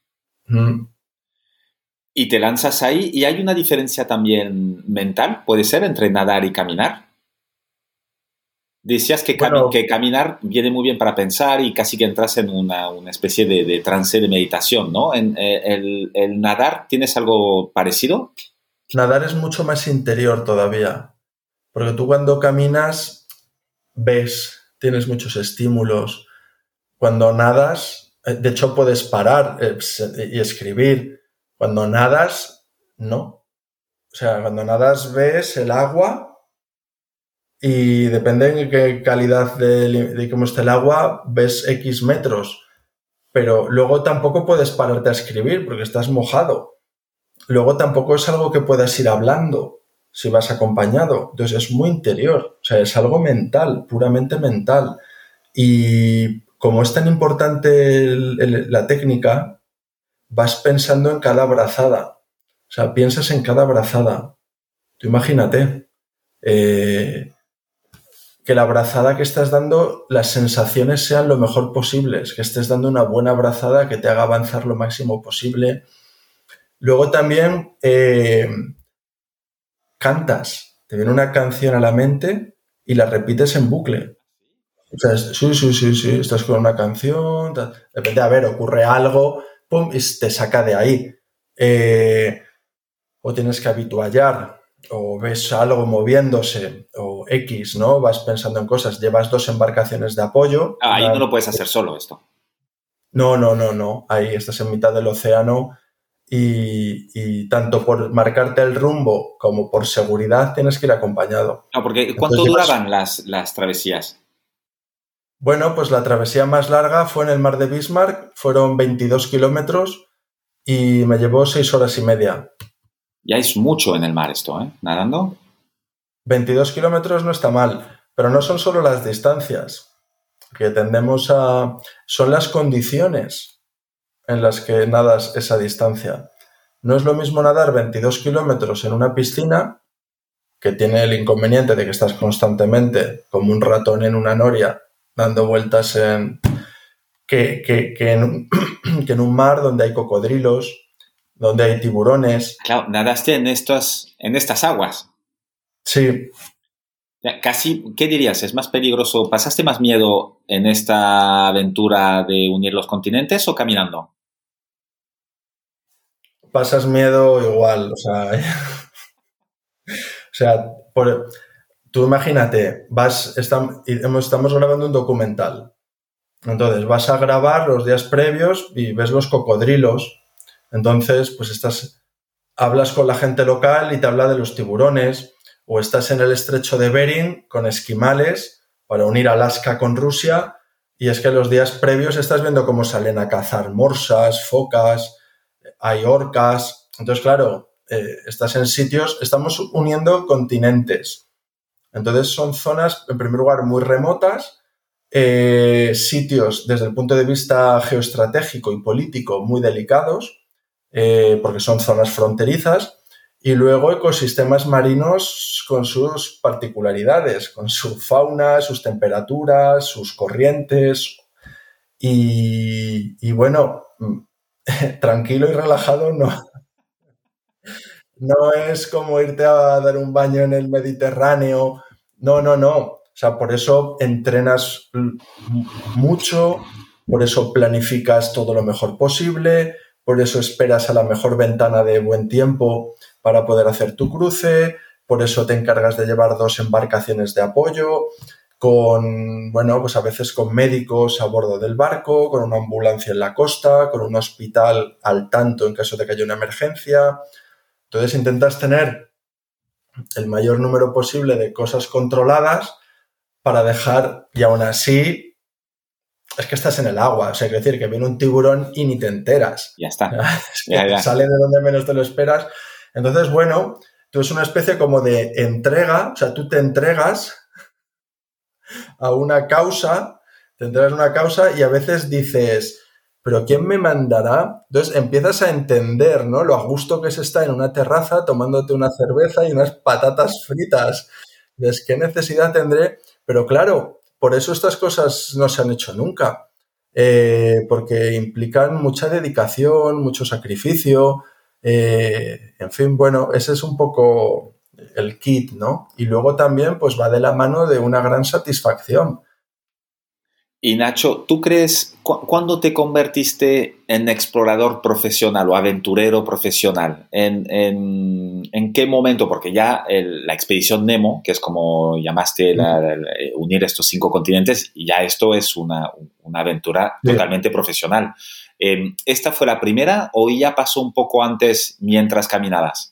Speaker 2: Y te lanzas ahí y hay una diferencia también mental, puede ser, entre nadar y caminar. Decías que, que caminar viene muy bien para pensar y casi que entras en una especie de trance de meditación, ¿no? ¿El nadar tienes algo parecido?
Speaker 3: Nadar es mucho más interior todavía, porque tú cuando caminas ves, tienes muchos estímulos. Cuando nadas, de hecho puedes parar y escribir. Cuando nadas, no. O sea, cuando nadas ves el agua y depende de qué calidad de cómo esté el agua, ves X metros. Pero luego tampoco puedes pararte a escribir porque estás mojado. Luego tampoco es algo que puedas ir hablando si vas acompañado. Entonces es muy interior. O sea, es algo mental, puramente mental. Y como es tan importante la técnica, vas pensando en cada brazada. O sea, piensas en cada brazada. Tú imagínate que la brazada que estás dando, las sensaciones sean lo mejor posibles, que estés dando una buena brazada que te haga avanzar lo máximo posible. Luego también cantas. Te viene una canción a la mente y la repites en bucle. O sea, sí, estás con una canción, de repente, a ver, ocurre algo, pum, y te saca de ahí. O tienes que habituallar, o ves algo moviéndose, o X, ¿no? Vas pensando en cosas, llevas 2 embarcaciones de apoyo.
Speaker 2: Ahí no lo puedes hacer solo esto.
Speaker 3: No. Ahí estás en mitad del océano y tanto por marcarte el rumbo como por seguridad tienes que ir acompañado.
Speaker 2: No, porque ¿cuánto duraban las travesías?
Speaker 3: Bueno, pues la travesía más larga fue en el mar de Bismarck, fueron 22 kilómetros y me llevó 6 horas y media.
Speaker 2: Ya es mucho en el mar esto, ¿eh? Nadando.
Speaker 3: 22 kilómetros no está mal, pero no son solo las distancias, que tendemos a... son las condiciones en las que nadas esa distancia. No es lo mismo nadar 22 kilómetros en una piscina, que tiene el inconveniente de que estás constantemente como un ratón en una noria dando vueltas que en un mar donde hay cocodrilos, donde hay tiburones.
Speaker 2: Claro, nadaste en estas aguas.
Speaker 3: Sí.
Speaker 2: Casi, ¿qué dirías? ¿Es más peligroso? ¿Pasaste más miedo en esta aventura de unir los continentes o caminando?
Speaker 3: Pasas miedo igual, o sea, tú imagínate, estamos grabando un documental. Entonces, vas a grabar los días previos y ves los cocodrilos. Entonces, pues hablas con la gente local y te habla de los tiburones, o estás en el estrecho de Bering con esquimales para unir Alaska con Rusia, y es que los días previos estás viendo cómo salen a cazar morsas, focas, hay orcas. Entonces, claro, estás en sitios, estamos uniendo continentes. Entonces son zonas, en primer lugar, muy remotas, sitios desde el punto de vista geoestratégico y político muy delicados, porque son zonas fronterizas, y luego ecosistemas marinos con sus particularidades, con su fauna, sus temperaturas, sus corrientes. Y bueno, tranquilo y relajado no es como irte a dar un baño en el Mediterráneo. No, no, no. O sea, por eso entrenas mucho, por eso planificas todo lo mejor posible, por eso esperas a la mejor ventana de buen tiempo para poder hacer tu cruce, por eso te encargas de llevar 2 embarcaciones de apoyo, bueno, pues a veces con médicos a bordo del barco, con una ambulancia en la costa, con un hospital al tanto en caso de que haya una emergencia. Entonces intentas tener el mayor número posible de cosas controladas para dejar, y aún así, es que estás en el agua. O sea, quiero decir que viene un tiburón y ni te enteras.
Speaker 2: Ya está.
Speaker 3: Es que sale de donde menos te lo esperas. Entonces, bueno, tú es una especie como de entrega, o sea, tú te entregas a una causa, y a veces dices, ¿pero quién me mandará? Entonces empiezas a entender, ¿no?, lo a gusto que se está en una terraza tomándote una cerveza y unas patatas fritas. ¿Ves qué necesidad tendré? Pero claro, por eso estas cosas no se han hecho nunca, porque implican mucha dedicación, mucho sacrificio, en fin, bueno, ese es un poco el kit, ¿no? Y luego también pues va de la mano de una gran satisfacción.
Speaker 2: Y Nacho, ¿tú crees, cuándo te convertiste en explorador profesional o aventurero profesional? ¿En qué momento? Porque ya la expedición Nemo, que es como llamaste unir estos 5 continentes, ya esto es una aventura totalmente profesional. ¿Esta fue la primera o ya pasó un poco antes mientras caminabas?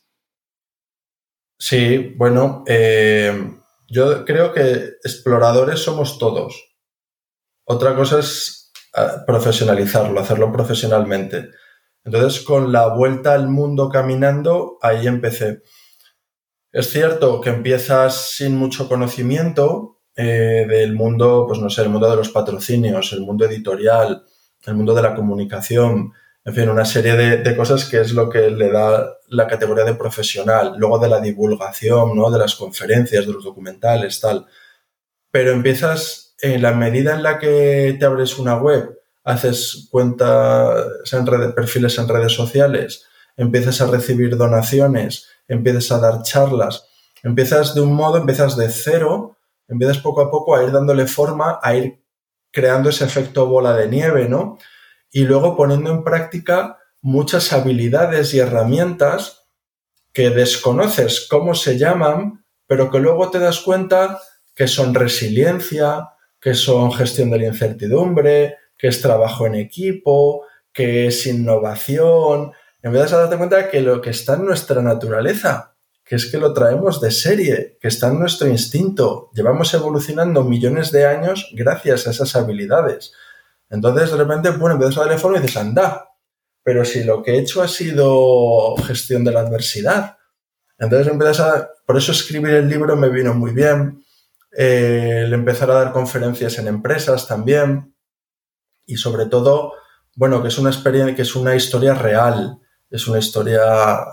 Speaker 3: Sí, bueno, yo creo que exploradores somos todos. Otra cosa es profesionalizarlo, hacerlo profesionalmente. Entonces, con la vuelta al mundo caminando, ahí empecé. Es cierto que empiezas sin mucho conocimiento del mundo, pues no sé, el mundo de los patrocinios, el mundo editorial, el mundo de la comunicación, en fin, una serie de cosas que es lo que le da la categoría de profesional, luego de la divulgación, ¿no?, de las conferencias, de los documentales, tal. Pero empiezas, en la medida en la que te abres una web, haces cuentas perfiles en redes sociales, empiezas a recibir donaciones, empiezas a dar charlas, empiezas de cero, empiezas poco a poco a ir dándole forma, a ir creando ese efecto bola de nieve, ¿no? Y luego poniendo en práctica muchas habilidades y herramientas que desconoces cómo se llaman, pero que luego te das cuenta que son resiliencia, que son gestión de la incertidumbre, que es trabajo en equipo, que es innovación. Empiezas a darte cuenta que lo que está en nuestra naturaleza, que es que lo traemos de serie, que está en nuestro instinto. Llevamos evolucionando millones de años gracias a esas habilidades. Entonces, de repente, bueno, empiezas a darle forma y dices, anda, pero si lo que he hecho ha sido gestión de la adversidad. Entonces, por eso escribir el libro me vino muy bien. El empezar a dar conferencias en empresas también. Y sobre todo, bueno, que es una experiencia, que es una historia real, es una historia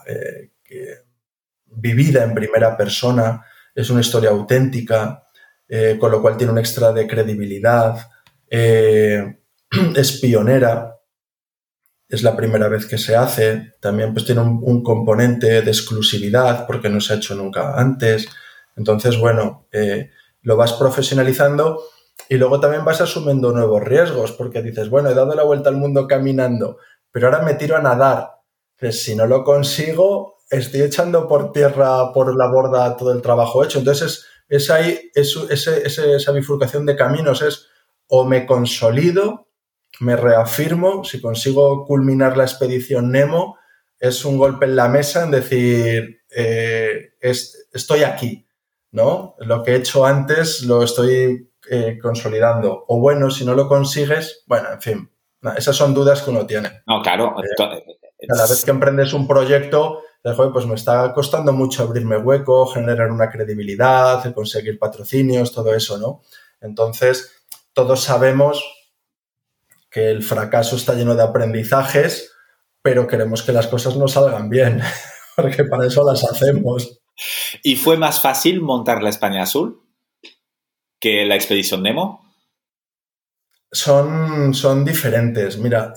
Speaker 3: vivida en primera persona, es una historia auténtica, con lo cual tiene un extra de credibilidad, es pionera, es la primera vez que se hace, también pues tiene un componente de exclusividad porque no se ha hecho nunca antes. Entonces, bueno, lo vas profesionalizando y luego también vas asumiendo nuevos riesgos porque dices, bueno, he dado la vuelta al mundo caminando, pero ahora me tiro a nadar. Entonces, si no lo consigo, estoy echando por tierra, por la borda, todo el trabajo hecho. Entonces, esa bifurcación de caminos es o me consolido, me reafirmo, si consigo culminar la expedición Nemo, es un golpe en la mesa en decir, estoy aquí, ¿no? Lo que he hecho antes lo estoy consolidando. O bueno, si no lo consigues, bueno, en fin, esas son dudas que uno tiene.
Speaker 2: No, claro.
Speaker 3: Cada vez que emprendes un proyecto, Joder, pues me está costando mucho abrirme hueco, generar una credibilidad, conseguir patrocinios, todo eso, ¿no? Entonces, todos sabemos que el fracaso está lleno de aprendizajes, pero queremos que las cosas no salgan bien, porque para eso las hacemos.
Speaker 2: ¿Y fue más fácil montar la España Azul que la Expedición Nemo?
Speaker 3: Son diferentes. Mira,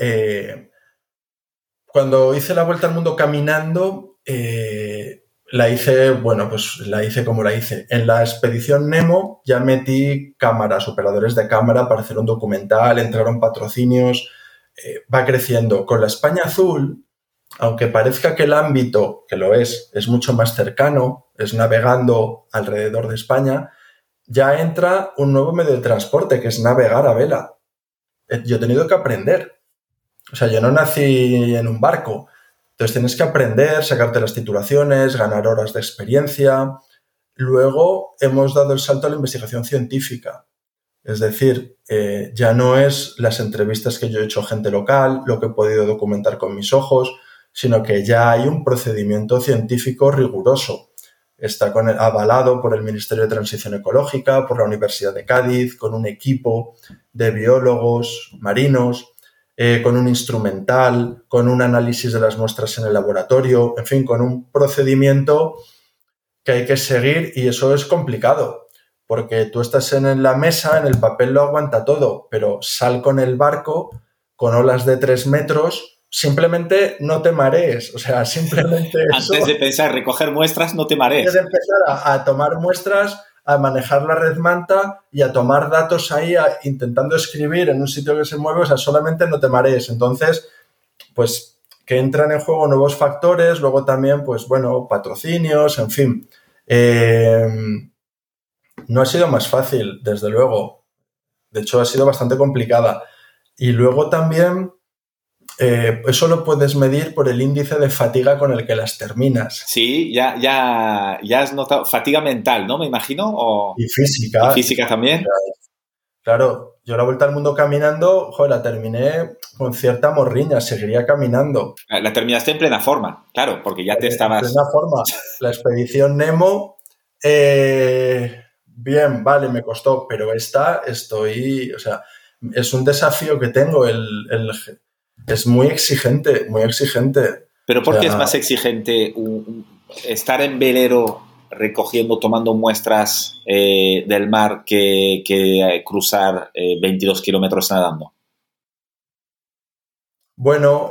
Speaker 3: cuando hice la Vuelta al Mundo caminando, la hice como la hice. En la Expedición Nemo ya metí cámaras, operadores de cámara para hacer un documental, entraron patrocinios, va creciendo. Con la España Azul, aunque parezca que el ámbito, que lo es mucho más cercano, es navegando alrededor de España, ya entra un nuevo medio de transporte, que es navegar a vela. Yo he tenido que aprender. O sea, yo no nací en un barco. Entonces tienes que aprender, sacarte las titulaciones, ganar horas de experiencia. Luego hemos dado el salto a la investigación científica. Es decir, ya no es las entrevistas que yo he hecho a gente local, lo que he podido documentar con mis ojos, sino que ya hay un procedimiento científico riguroso. Está avalado por el Ministerio de Transición Ecológica, por la Universidad de Cádiz, con un equipo de biólogos marinos, con un instrumental, con un análisis de las muestras en el laboratorio, en fin, con un procedimiento que hay que seguir, y eso es complicado, porque tú estás en la mesa, en el papel lo aguanta todo, pero sal con el barco con olas de 3 metros, simplemente no te marees, o sea, simplemente eso.
Speaker 2: Antes de pensar recoger muestras, no te marees.
Speaker 3: Antes de empezar a tomar muestras, a manejar la red manta y a tomar datos ahí, intentando escribir en un sitio que se mueve, o sea, solamente no te marees. Entonces, pues que entran en juego nuevos factores, luego también, pues bueno, patrocinios, en fin. No ha sido más fácil, desde luego. De hecho, ha sido bastante complicada. Y luego también, eso lo puedes medir por el índice de fatiga con el que las terminas.
Speaker 2: Sí, ya has notado fatiga mental, ¿no? Me imagino.
Speaker 3: Y física.
Speaker 2: ¿Y física también?
Speaker 3: Claro, yo la Vuelta al Mundo caminando, joder, la terminé con cierta morriña, seguiría caminando.
Speaker 2: La terminaste en plena forma, claro, porque ya te estabas...
Speaker 3: En plena forma. La Expedición Nemo, bien, vale, me costó, pero o sea, es un desafío que tengo, es muy exigente, muy exigente.
Speaker 2: ¿Pero por qué es más exigente estar en velero recogiendo, tomando muestras del mar que cruzar 22 kilómetros nadando?
Speaker 3: Bueno,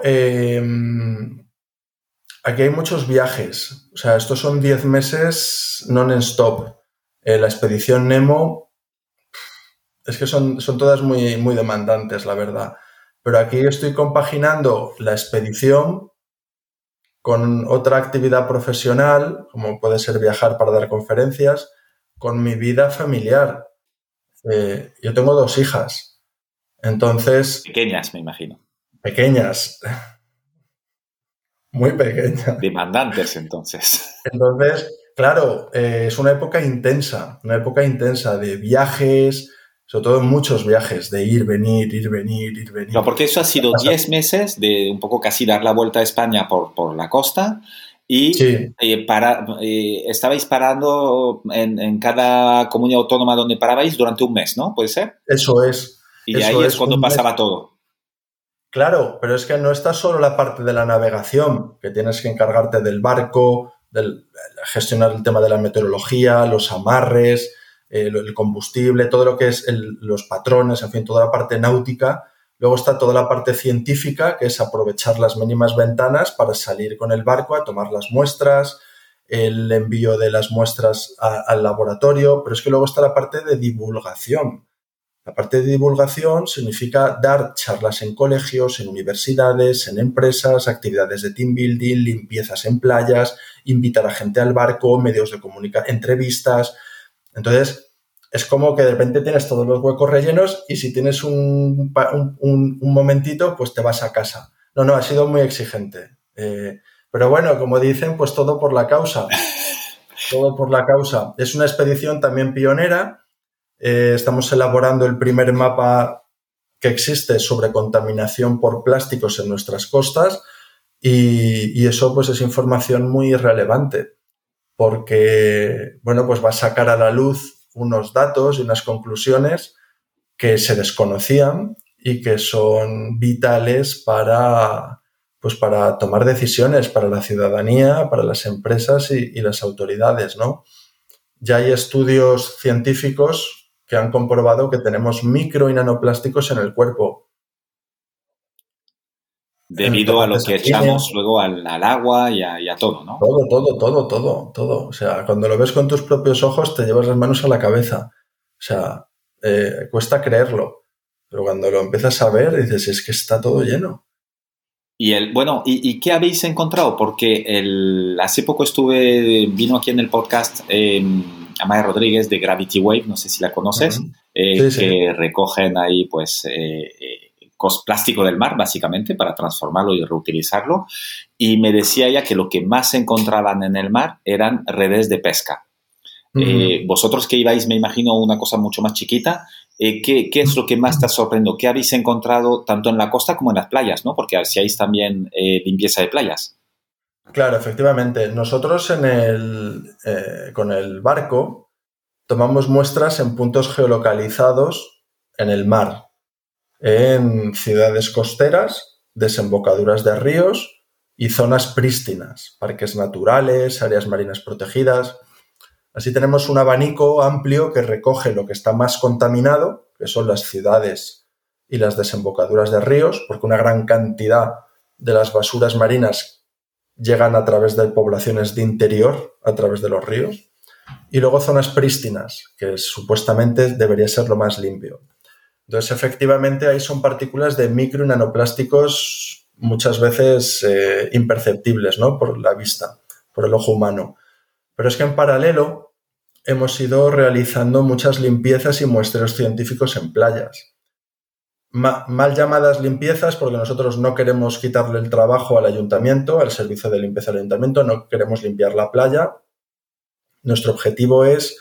Speaker 3: aquí hay muchos viajes. O sea, estos son 10 meses non-stop. La Expedición Nemo es que son todas muy, muy demandantes, la verdad. Pero aquí estoy compaginando la expedición con otra actividad profesional, como puede ser viajar para dar conferencias, con mi vida familiar. Yo tengo 2 hijas. Entonces...
Speaker 2: Pequeñas, me imagino.
Speaker 3: Pequeñas. Muy pequeñas.
Speaker 2: Demandantes, entonces.
Speaker 3: Entonces, claro, es una época intensa de viajes, sobre todo muchos viajes, de ir, venir.
Speaker 2: No, porque eso ha sido 10 meses de un poco casi dar la vuelta a España por la costa y sí. Estabais parando en cada comunidad autónoma donde parabais durante un mes, ¿no? ¿Puede ser?
Speaker 3: Eso es.
Speaker 2: Y ahí es cuando pasaba todo.
Speaker 3: Claro, pero es que no está solo la parte de la navegación, que tienes que encargarte del barco, gestionar el tema de la meteorología, los amarres, el combustible, todo lo que es los patrones, en fin, toda la parte náutica. Luego está toda la parte científica, que es aprovechar las mínimas ventanas para salir con el barco a tomar las muestras, el envío de las muestras al laboratorio, pero es que luego está la parte de divulgación. La parte de divulgación significa dar charlas en colegios, en universidades, en empresas, actividades de team building, limpiezas en playas, invitar a gente al barco, medios de comunicación, entrevistas. Entonces, es como que de repente tienes todos los huecos rellenos y si tienes un momentito, pues te vas a casa. No, ha sido muy exigente. Pero bueno, como dicen, pues todo por la causa. Todo por la causa. Es una expedición también pionera. Estamos elaborando el primer mapa que existe sobre contaminación por plásticos en nuestras costas y eso pues es información muy relevante porque, bueno, pues va a sacar a la luz unos datos y unas conclusiones que se desconocían y que son vitales para tomar decisiones para la ciudadanía, para las empresas y las autoridades, ¿no? Ya hay estudios científicos que han comprobado que tenemos micro y nanoplásticos en el cuerpo.
Speaker 2: Debido a lo que echamos luego al agua y a todo, ¿no?
Speaker 3: Todo. O sea, cuando lo ves con tus propios ojos te llevas las manos a la cabeza. O sea, cuesta creerlo. Pero cuando lo empiezas a ver dices, es que está todo lleno.
Speaker 2: ¿Y qué habéis encontrado? Porque hace poco vino aquí en el podcast Amaya Rodríguez de Gravity Wave, no sé si la conoces, que recogen ahí pues plástico del mar básicamente para transformarlo y reutilizarlo, y me decía ella que lo que más encontraban en el mar eran redes de pesca. Vosotros que ibais, me imagino, una cosa mucho más chiquita, ¿qué es lo que más te ha sorprendido? ¿Qué habéis encontrado tanto en la costa como en las playas, ¿no? Porque hacíais también limpieza de playas.
Speaker 3: Claro, efectivamente. Nosotros con el barco tomamos muestras en puntos geolocalizados en el mar, en ciudades costeras, desembocaduras de ríos y zonas prístinas, parques naturales, áreas marinas protegidas. Así tenemos un abanico amplio que recoge lo que está más contaminado, que son las ciudades y las desembocaduras de ríos, porque una gran cantidad de las basuras marinas llegan a través de poblaciones de interior, a través de los ríos, y luego zonas prístinas, que supuestamente debería ser lo más limpio. Entonces, efectivamente, ahí son partículas de micro y nanoplásticos muchas veces imperceptibles, ¿no? Por la vista, por el ojo humano. Pero es que en paralelo hemos ido realizando muchas limpiezas y muestreos científicos en playas. Mal llamadas limpiezas porque nosotros no queremos quitarle el trabajo al ayuntamiento, al servicio de limpieza del ayuntamiento, no queremos limpiar la playa. Nuestro objetivo es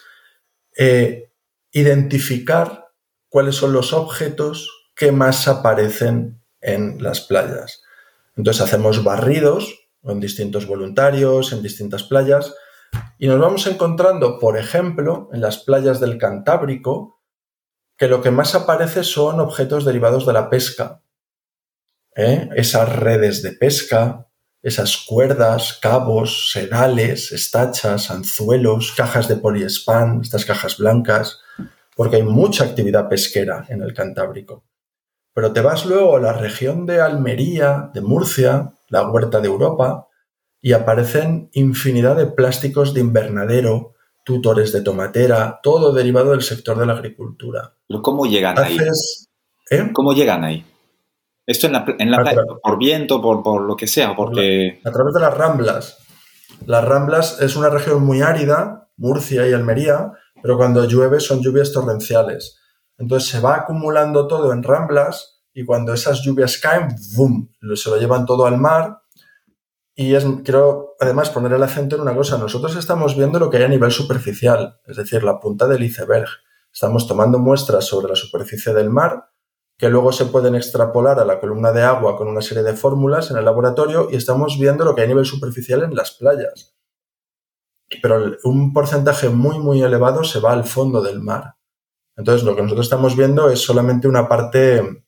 Speaker 3: identificar cuáles son los objetos que más aparecen en las playas. Entonces hacemos barridos con distintos voluntarios en distintas playas y nos vamos encontrando, por ejemplo, en las playas del Cantábrico, que lo que más aparece son objetos derivados de la pesca. Esas redes de pesca, esas cuerdas, cabos, sedales, estachas, anzuelos, cajas de poliespán, estas cajas blancas, porque hay mucha actividad pesquera en el Cantábrico. Pero te vas luego a la región de Almería, de Murcia, la Huerta de Europa, y aparecen infinidad de plásticos de invernadero, tutores de tomatera, todo derivado del sector de la agricultura.
Speaker 2: ¿Pero cómo llegan ahí? ¿Cómo llegan ahí? ¿Esto en la playa? ¿Por viento, por lo que sea? Porque...
Speaker 3: A través de las Ramblas. Las Ramblas es una región muy árida, Murcia y Almería, pero cuando llueve son lluvias torrenciales. Entonces se va acumulando todo en Ramblas y cuando esas lluvias caen, ¡bum!, se lo llevan todo al mar. Y quiero además poner el acento en una cosa. Nosotros estamos viendo lo que hay a nivel superficial, es decir, la punta del iceberg. Estamos tomando muestras sobre la superficie del mar que luego se pueden extrapolar a la columna de agua con una serie de fórmulas en el laboratorio y estamos viendo lo que hay a nivel superficial en las playas. Pero un porcentaje muy, muy elevado se va al fondo del mar. Entonces, lo que nosotros estamos viendo es solamente una parte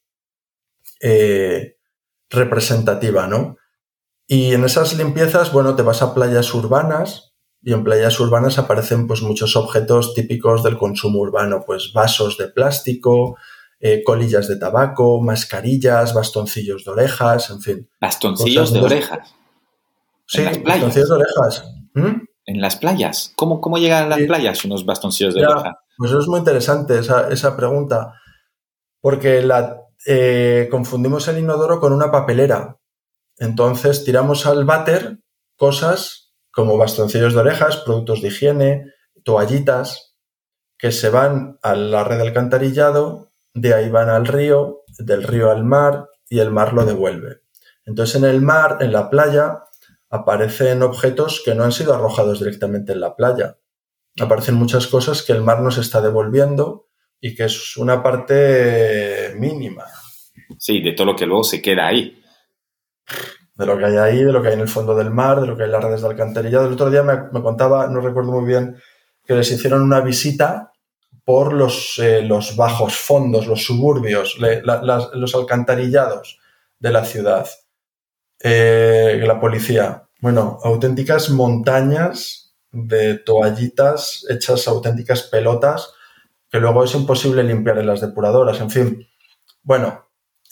Speaker 3: representativa, ¿no? Y en esas limpiezas, bueno, te vas a playas urbanas y en playas urbanas aparecen pues muchos objetos típicos del consumo urbano, pues vasos de plástico, colillas de tabaco, mascarillas, bastoncillos de orejas, en fin.
Speaker 2: ¿Bastoncillos de orejas?
Speaker 3: Sí, bastoncillos de orejas.
Speaker 2: ¿En las playas? ¿Cómo llegan a las playas unos bastoncillos de oreja?
Speaker 3: Pues es muy interesante esa pregunta, porque confundimos el inodoro con una papelera. Entonces tiramos al váter cosas como bastoncillos de orejas, productos de higiene, toallitas, que se van a la red de alcantarillado, de ahí van al río, del río al mar y el mar lo devuelve. Entonces en el mar, en la playa, aparecen objetos que no han sido arrojados directamente en la playa. Aparecen muchas cosas que el mar nos está devolviendo y que es una parte mínima.
Speaker 2: Sí, de todo lo que luego se queda ahí.
Speaker 3: de lo que hay ahí, de lo que hay en el fondo del mar, de lo que hay en las redes de alcantarillado. El otro día me contaba, no recuerdo muy bien, que les hicieron una visita por los bajos fondos, los suburbios, los alcantarillados de la ciudad. La policía. Bueno, auténticas montañas de toallitas hechas auténticas pelotas que luego es imposible limpiar en las depuradoras. En fin, bueno,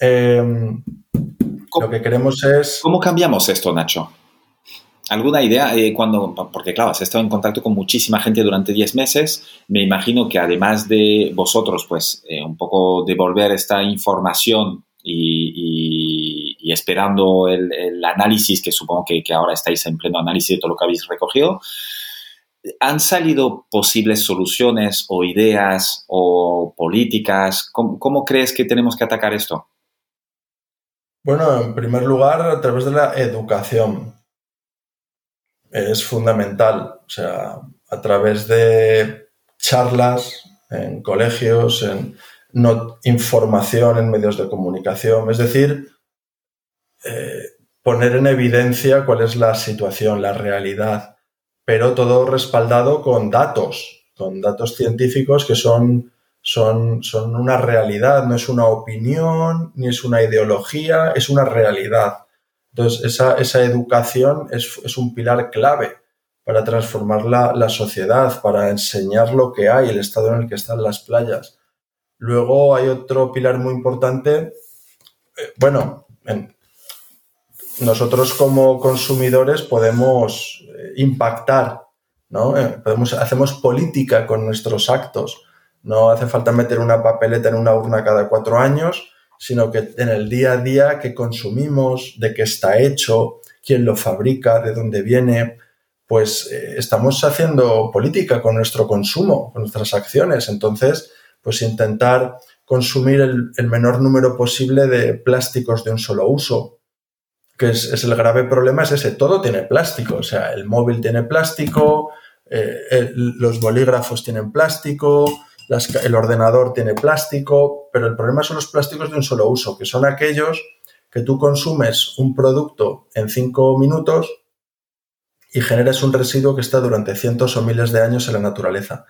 Speaker 3: lo que queremos es...
Speaker 2: ¿Cómo cambiamos esto, Nacho? ¿Alguna idea? Porque claro, has estado en contacto con muchísima gente durante 10 meses. Me imagino que además de vosotros, pues un poco devolver esta información y esperando el análisis, que supongo que ahora estáis en pleno análisis de todo lo que habéis recogido, ¿han salido posibles soluciones o ideas o políticas? ¿Cómo crees que tenemos que atacar esto?
Speaker 3: Bueno, en primer lugar, a través de la educación. Es fundamental, o sea, a través de charlas en colegios, información en medios de comunicación, es decir, poner en evidencia cuál es la situación, la realidad, pero todo respaldado con datos científicos que son una realidad, no es una opinión, ni es una ideología, es una realidad. Entonces, esa educación es un pilar clave para transformar la sociedad, para enseñar lo que hay, el estado en el que están las playas. Luego hay otro pilar muy importante. Nosotros como consumidores podemos impactar, ¿no? Hacemos política con nuestros actos. No hace falta meter una papeleta en una urna cada 4 años, sino que en el día a día que consumimos, de qué está hecho, quién lo fabrica, de dónde viene, pues estamos haciendo política con nuestro consumo, con nuestras acciones. Entonces, pues intentar consumir el menor número posible de plásticos de un solo uso, que es el grave problema, es ese, todo tiene plástico, o sea, el móvil tiene plástico, los bolígrafos tienen plástico, el ordenador tiene plástico, pero el problema son los plásticos de un solo uso, que son aquellos que tú consumes un producto en 5 minutos y generas un residuo que está durante cientos o miles de años en la naturaleza.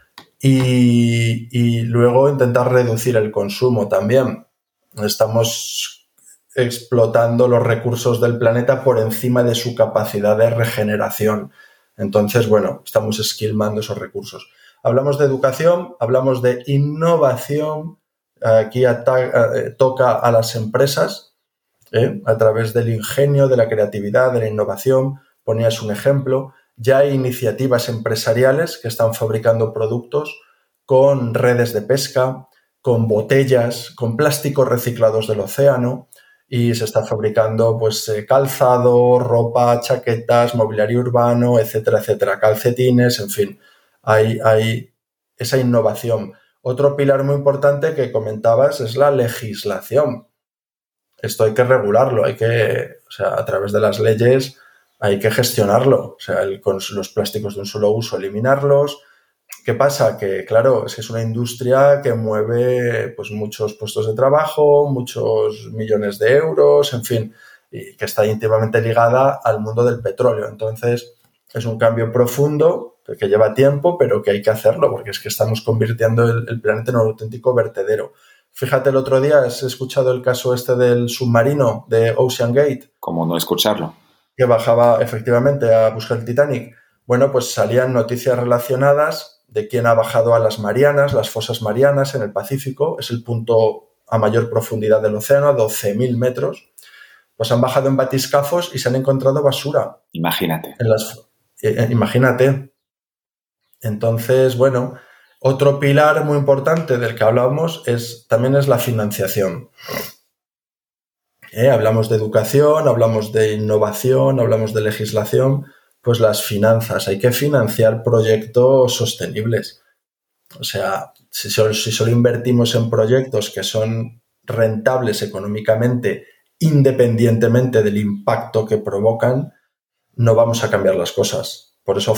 Speaker 3: Y luego intentar reducir el consumo también. Estamos explotando los recursos del planeta por encima de su capacidad de regeneración. Entonces, bueno, estamos esquilmando esos recursos. Hablamos de educación, hablamos de innovación. Aquí toca a las empresas, a través del ingenio, de la creatividad, de la innovación. Ponías un ejemplo. Ya hay iniciativas empresariales que están fabricando productos con redes de pesca, con botellas, con plásticos reciclados del océano, y se está fabricando pues calzado, ropa, chaquetas, mobiliario urbano, etcétera, etcétera, calcetines, en fin, hay esa innovación. Otro pilar muy importante que comentabas es la legislación. Esto hay que regularlo, o sea, a través de las leyes hay que gestionarlo, o sea, con los plásticos de un solo uso, eliminarlos. ¿Qué pasa? Que, claro, es una industria que mueve pues, muchos puestos de trabajo, muchos millones de euros, en fin, y que está íntimamente ligada al mundo del petróleo. Entonces, es un cambio profundo que lleva tiempo, pero que hay que hacerlo, porque es que estamos convirtiendo el planeta en un auténtico vertedero. Fíjate, el otro día has escuchado el caso este del submarino de Ocean Gate.
Speaker 2: ¿Cómo no escucharlo?
Speaker 3: Que bajaba efectivamente a buscar el Titanic. Bueno, pues salían noticias relacionadas de quién ha bajado a las Marianas, las fosas Marianas en el Pacífico. Es el punto a mayor profundidad del océano, a 12.000 metros. Pues han bajado en batiscafos y se han encontrado basura.
Speaker 2: Imagínate.
Speaker 3: Imagínate. Entonces, bueno, otro pilar muy importante del que hablamos también es la financiación. Hablamos de educación, hablamos de innovación, hablamos de legislación, pues las finanzas. Hay que financiar proyectos sostenibles. O sea, si solo invertimos en proyectos que son rentables económicamente, independientemente del impacto que provocan, no vamos a cambiar las cosas. Por eso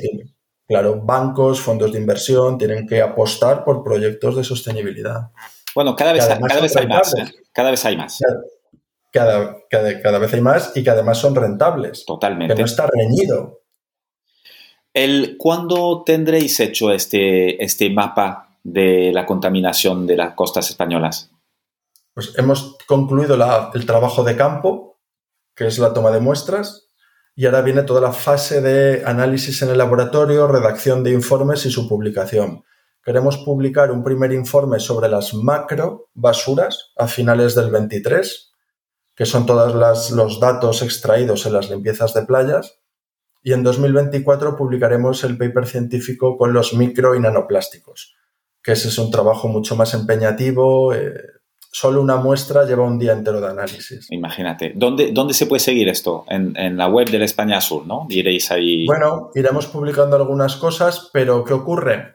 Speaker 3: bancos, fondos de inversión tienen que apostar por proyectos de sostenibilidad.
Speaker 2: Bueno, cada vez hay más. Cada vez hay más.
Speaker 3: cada vez hay más y que además son rentables.
Speaker 2: Totalmente.
Speaker 3: Que no está reñido.
Speaker 2: ¿Cuándo tendréis hecho este mapa de la contaminación de las costas españolas?
Speaker 3: Pues hemos concluido el trabajo de campo, que es la toma de muestras, y ahora viene toda la fase de análisis en el laboratorio, redacción de informes y su publicación. Queremos publicar un primer informe sobre las macro basuras a finales del 23, que son todos los datos extraídos en las limpiezas de playas, y en 2024 publicaremos el paper científico con los micro y nanoplásticos, que ese es un trabajo mucho más empeñativo. Solo una muestra lleva un día entero de análisis.
Speaker 2: Imagínate. ¿Dónde se puede seguir esto? En la web de la España Sur, ¿no? Iréis ahí.
Speaker 3: Bueno, iremos publicando algunas cosas, pero ¿qué ocurre?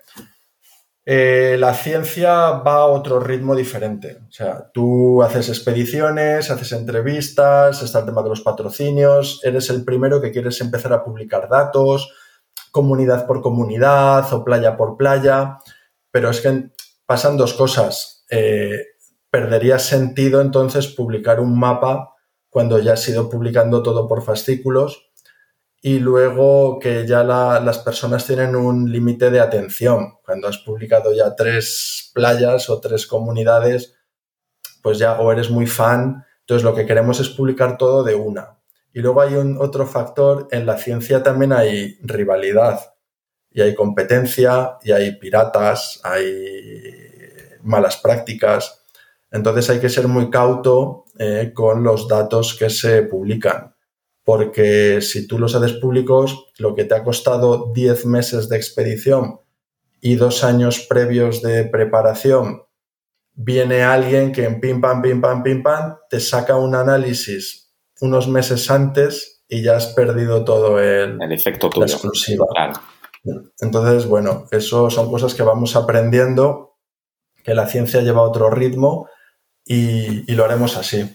Speaker 3: La ciencia va a otro ritmo diferente. O sea, tú haces expediciones, haces entrevistas, está el tema de los patrocinios, eres el primero que quieres empezar a publicar datos, comunidad por comunidad o playa por playa, pero es que pasan dos cosas. Perdería sentido entonces publicar un mapa cuando ya has ido publicando todo por fascículos y luego que ya las personas tienen un límite de atención. Cuando has publicado ya 3 playas o 3 comunidades, pues ya o eres muy fan. Entonces lo que queremos es publicar todo de una. Y luego hay otro factor, en la ciencia también hay rivalidad y hay competencia y hay piratas, hay malas prácticas. Entonces hay que ser muy cauto con los datos que se publican, porque si tú los haces públicos, lo que te ha costado 10 meses de expedición y 2 años previos de preparación, viene alguien que en pim, pam, te saca un análisis unos meses antes y ya has perdido todo el
Speaker 2: efecto tuyo.
Speaker 3: La exclusiva.
Speaker 2: Claro.
Speaker 3: Entonces, bueno, eso son cosas que vamos aprendiendo, que la ciencia lleva a otro ritmo y lo haremos así.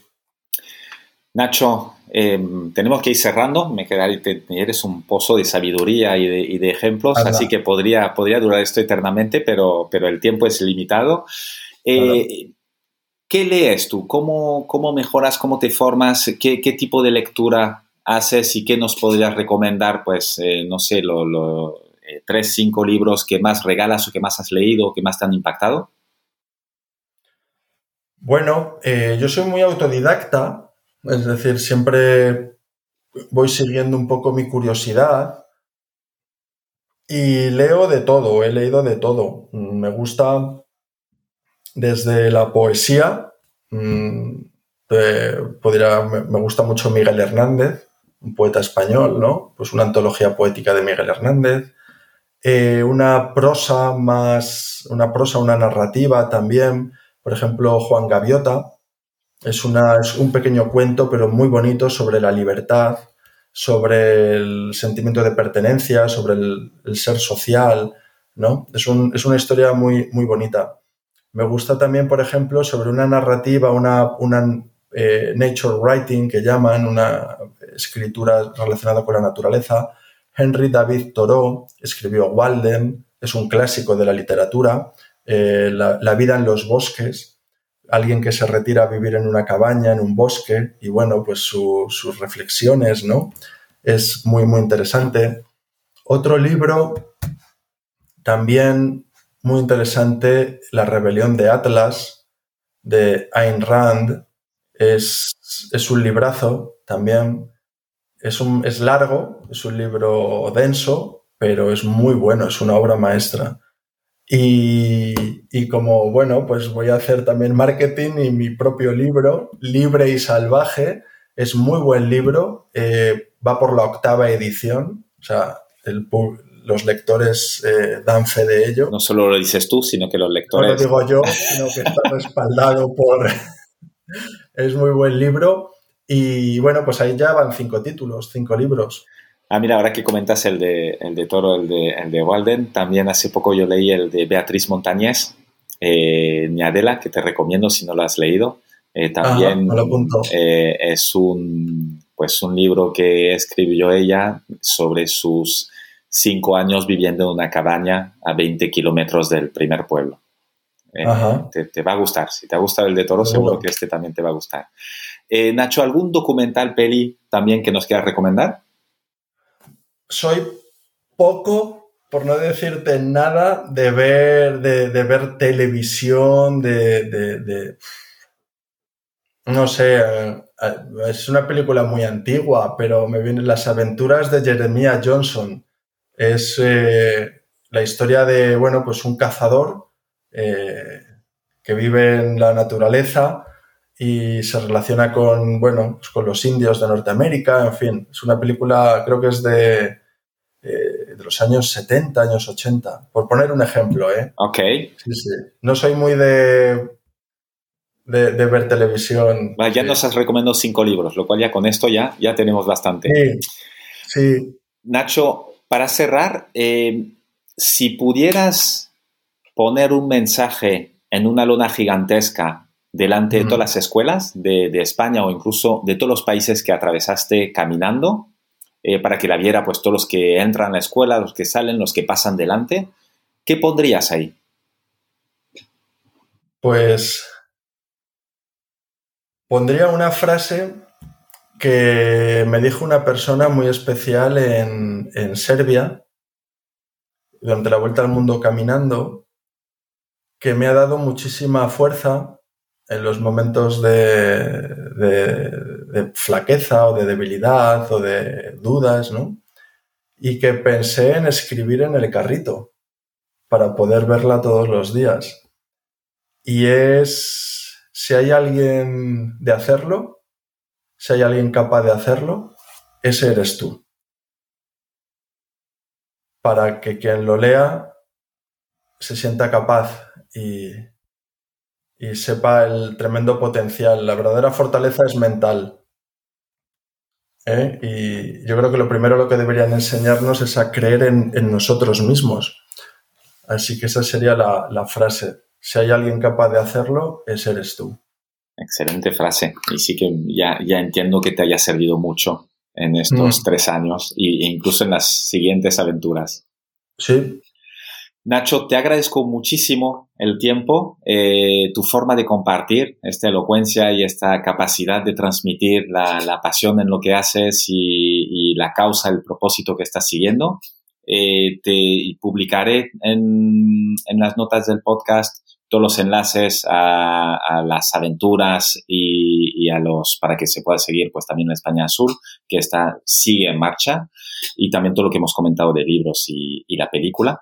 Speaker 2: Nacho, tenemos que ir cerrando. Eres un pozo de sabiduría y de ejemplos, así que podría durar esto eternamente, pero el tiempo es limitado. ¿Qué lees tú? ¿Cómo mejoras? ¿Cómo te formas? ¿Qué tipo de lectura haces? ¿Y qué nos podrías recomendar? Pues, no sé, 3, 5 libros que más regalas o que más has leído o que más te han impactado.
Speaker 3: Bueno, yo soy muy autodidacta, es decir, siempre voy siguiendo un poco mi curiosidad y leo de todo, he leído de todo. Me gusta desde la poesía, me gusta mucho Miguel Hernández, un poeta español, ¿no? Pues una antología poética de Miguel Hernández. Una narrativa también. Por ejemplo, Juan Gaviota es un pequeño cuento, pero muy bonito, sobre la libertad, sobre el sentimiento de pertenencia, sobre el ser social, ¿no? Es una historia muy, muy bonita. Me gusta también, por ejemplo, sobre una narrativa, una nature writing que llaman, una escritura relacionada con la naturaleza. Henry David Thoreau escribió Walden, es un clásico de la literatura. La vida en los bosques, alguien que se retira a vivir en una cabaña, en un bosque, y bueno, pues sus reflexiones, ¿no? Es muy, muy interesante. Otro libro también muy interesante, La rebelión de Atlas, de Ayn Rand. Es un librazo también. Es largo, es un libro denso, pero es muy bueno, es una obra maestra. Y como, bueno, pues voy a hacer también marketing y mi propio libro, Libre y Salvaje, es muy buen libro, va por la 8ª edición, o sea, los lectores dan fe de ello.
Speaker 2: No solo lo dices tú, sino que los lectores...
Speaker 3: No lo digo yo, sino que está respaldado por... Es muy buen libro y, bueno, pues ahí ya van 5 títulos, 5 libros.
Speaker 2: Mira, ahora que comentas el de Toro, el de Walden, también hace poco yo leí el de Beatriz Montañés, Ñadela, que te recomiendo si no lo has leído. También
Speaker 3: me lo apunto.
Speaker 2: Es un libro que escribió ella sobre sus 5 años viviendo en una cabaña a 20 kilómetros del primer pueblo. Te va a gustar. Si te ha gustado el de Toro, seguro que este también te va a gustar. Nacho, ¿algún documental, peli también que nos quieras recomendar?
Speaker 3: Soy poco, por no decirte nada, de ver televisión, no sé, es una película muy antigua, pero me vienen Las aventuras de Jeremiah Johnson. Es la historia de, bueno, pues un cazador que vive en la naturaleza y se relaciona con, bueno, pues con los indios de Norteamérica, en fin. Es una película, creo que es de los años 70, años 80, por poner un ejemplo, ¿eh?
Speaker 2: Ok.
Speaker 3: Sí. No soy muy de ver televisión.
Speaker 2: Vale, ya nos has recomendado 5 libros, lo cual ya con esto ya tenemos bastante.
Speaker 3: Sí.
Speaker 2: Nacho, para cerrar, si pudieras poner un mensaje en una lona gigantesca delante de todas las escuelas de España o incluso de todos los países que atravesaste caminando, para que la viera pues todos los que entran a la escuela, los que salen, los que pasan delante, ¿qué pondrías ahí?
Speaker 3: Pues pondría una frase que me dijo una persona muy especial en Serbia durante la Vuelta al Mundo caminando, que me ha dado muchísima fuerza en los momentos de flaqueza o de debilidad o de dudas, ¿no? Y que pensé en escribir en el carrito para poder verla todos los días. Y es, si hay alguien de hacerlo, si hay alguien capaz de hacerlo, ese eres tú. Para que quien lo lea se sienta capaz y sepa el tremendo potencial. La verdadera fortaleza es mental. Y yo creo que lo primero lo que deberían enseñarnos es a creer en nosotros mismos. Así que esa sería la frase. Si hay alguien capaz de hacerlo, ese eres tú.
Speaker 2: Excelente frase. Y sí que ya entiendo que te haya servido mucho en estos 3 años e incluso en las siguientes aventuras.
Speaker 3: Sí.
Speaker 2: Nacho, te agradezco muchísimo el tiempo, tu forma de compartir esta elocuencia y esta capacidad de transmitir la pasión en lo que haces y la causa, el propósito que estás siguiendo. Te publicaré en las notas del podcast todos los enlaces a las aventuras y para que se pueda seguir pues también la España Azul, que sigue en marcha, y también todo lo que hemos comentado de libros y la película.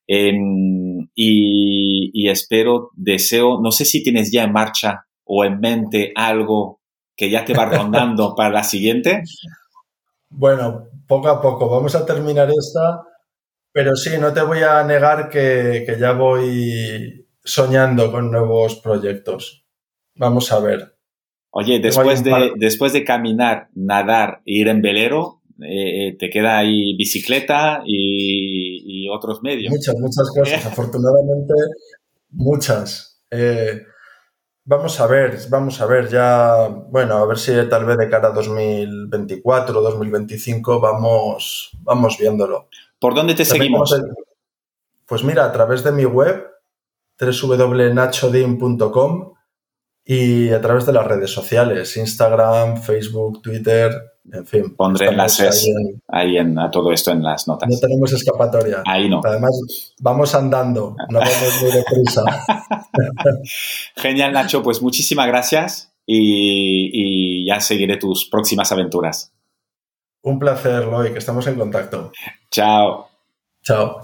Speaker 2: Y deseo, no sé si tienes ya en marcha o en mente algo que ya te va rondando para la siguiente.
Speaker 3: Bueno, poco a poco. Vamos a terminar esta, pero sí, no te voy a negar que ya voy soñando con nuevos proyectos. Vamos a ver.
Speaker 2: Oye, después de caminar, nadar e ir en velero, te queda ahí bicicleta y otros medios.
Speaker 3: Muchas cosas, afortunadamente muchas. Vamos a ver ya, bueno, a ver si tal vez de cara a 2024 o 2025 vamos viéndolo.
Speaker 2: ¿Por dónde te seguimos?
Speaker 3: Pues mira, a través de mi web, www.nachodin.com, y a través de las redes sociales, Instagram, Facebook, Twitter, en fin.
Speaker 2: Pondré enlaces a todo esto en las notas.
Speaker 3: No tenemos escapatoria.
Speaker 2: Ahí no.
Speaker 3: Además, vamos andando, no vamos muy deprisa.
Speaker 2: Genial, Nacho. Pues muchísimas gracias y ya seguiré tus próximas aventuras.
Speaker 3: Un placer, Loic, que estamos en contacto.
Speaker 2: Chao.
Speaker 3: Chao.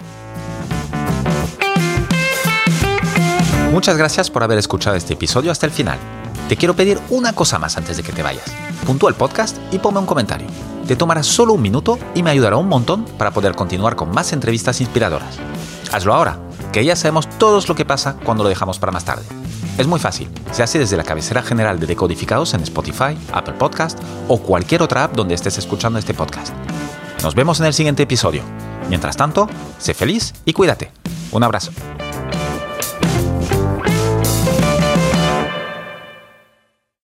Speaker 1: Muchas gracias por haber escuchado este episodio hasta el final. Te quiero pedir una cosa más antes de que te vayas. Puntúa el podcast y ponme un comentario. Te tomará solo un minuto y me ayudará un montón para poder continuar con más entrevistas inspiradoras. Hazlo ahora, que ya sabemos todos lo que pasa cuando lo dejamos para más tarde. Es muy fácil, se hace desde la cabecera general de Decodificados en Spotify, Apple Podcast o cualquier otra app donde estés escuchando este podcast. Nos vemos en el siguiente episodio. Mientras tanto, sé feliz y cuídate. Un abrazo.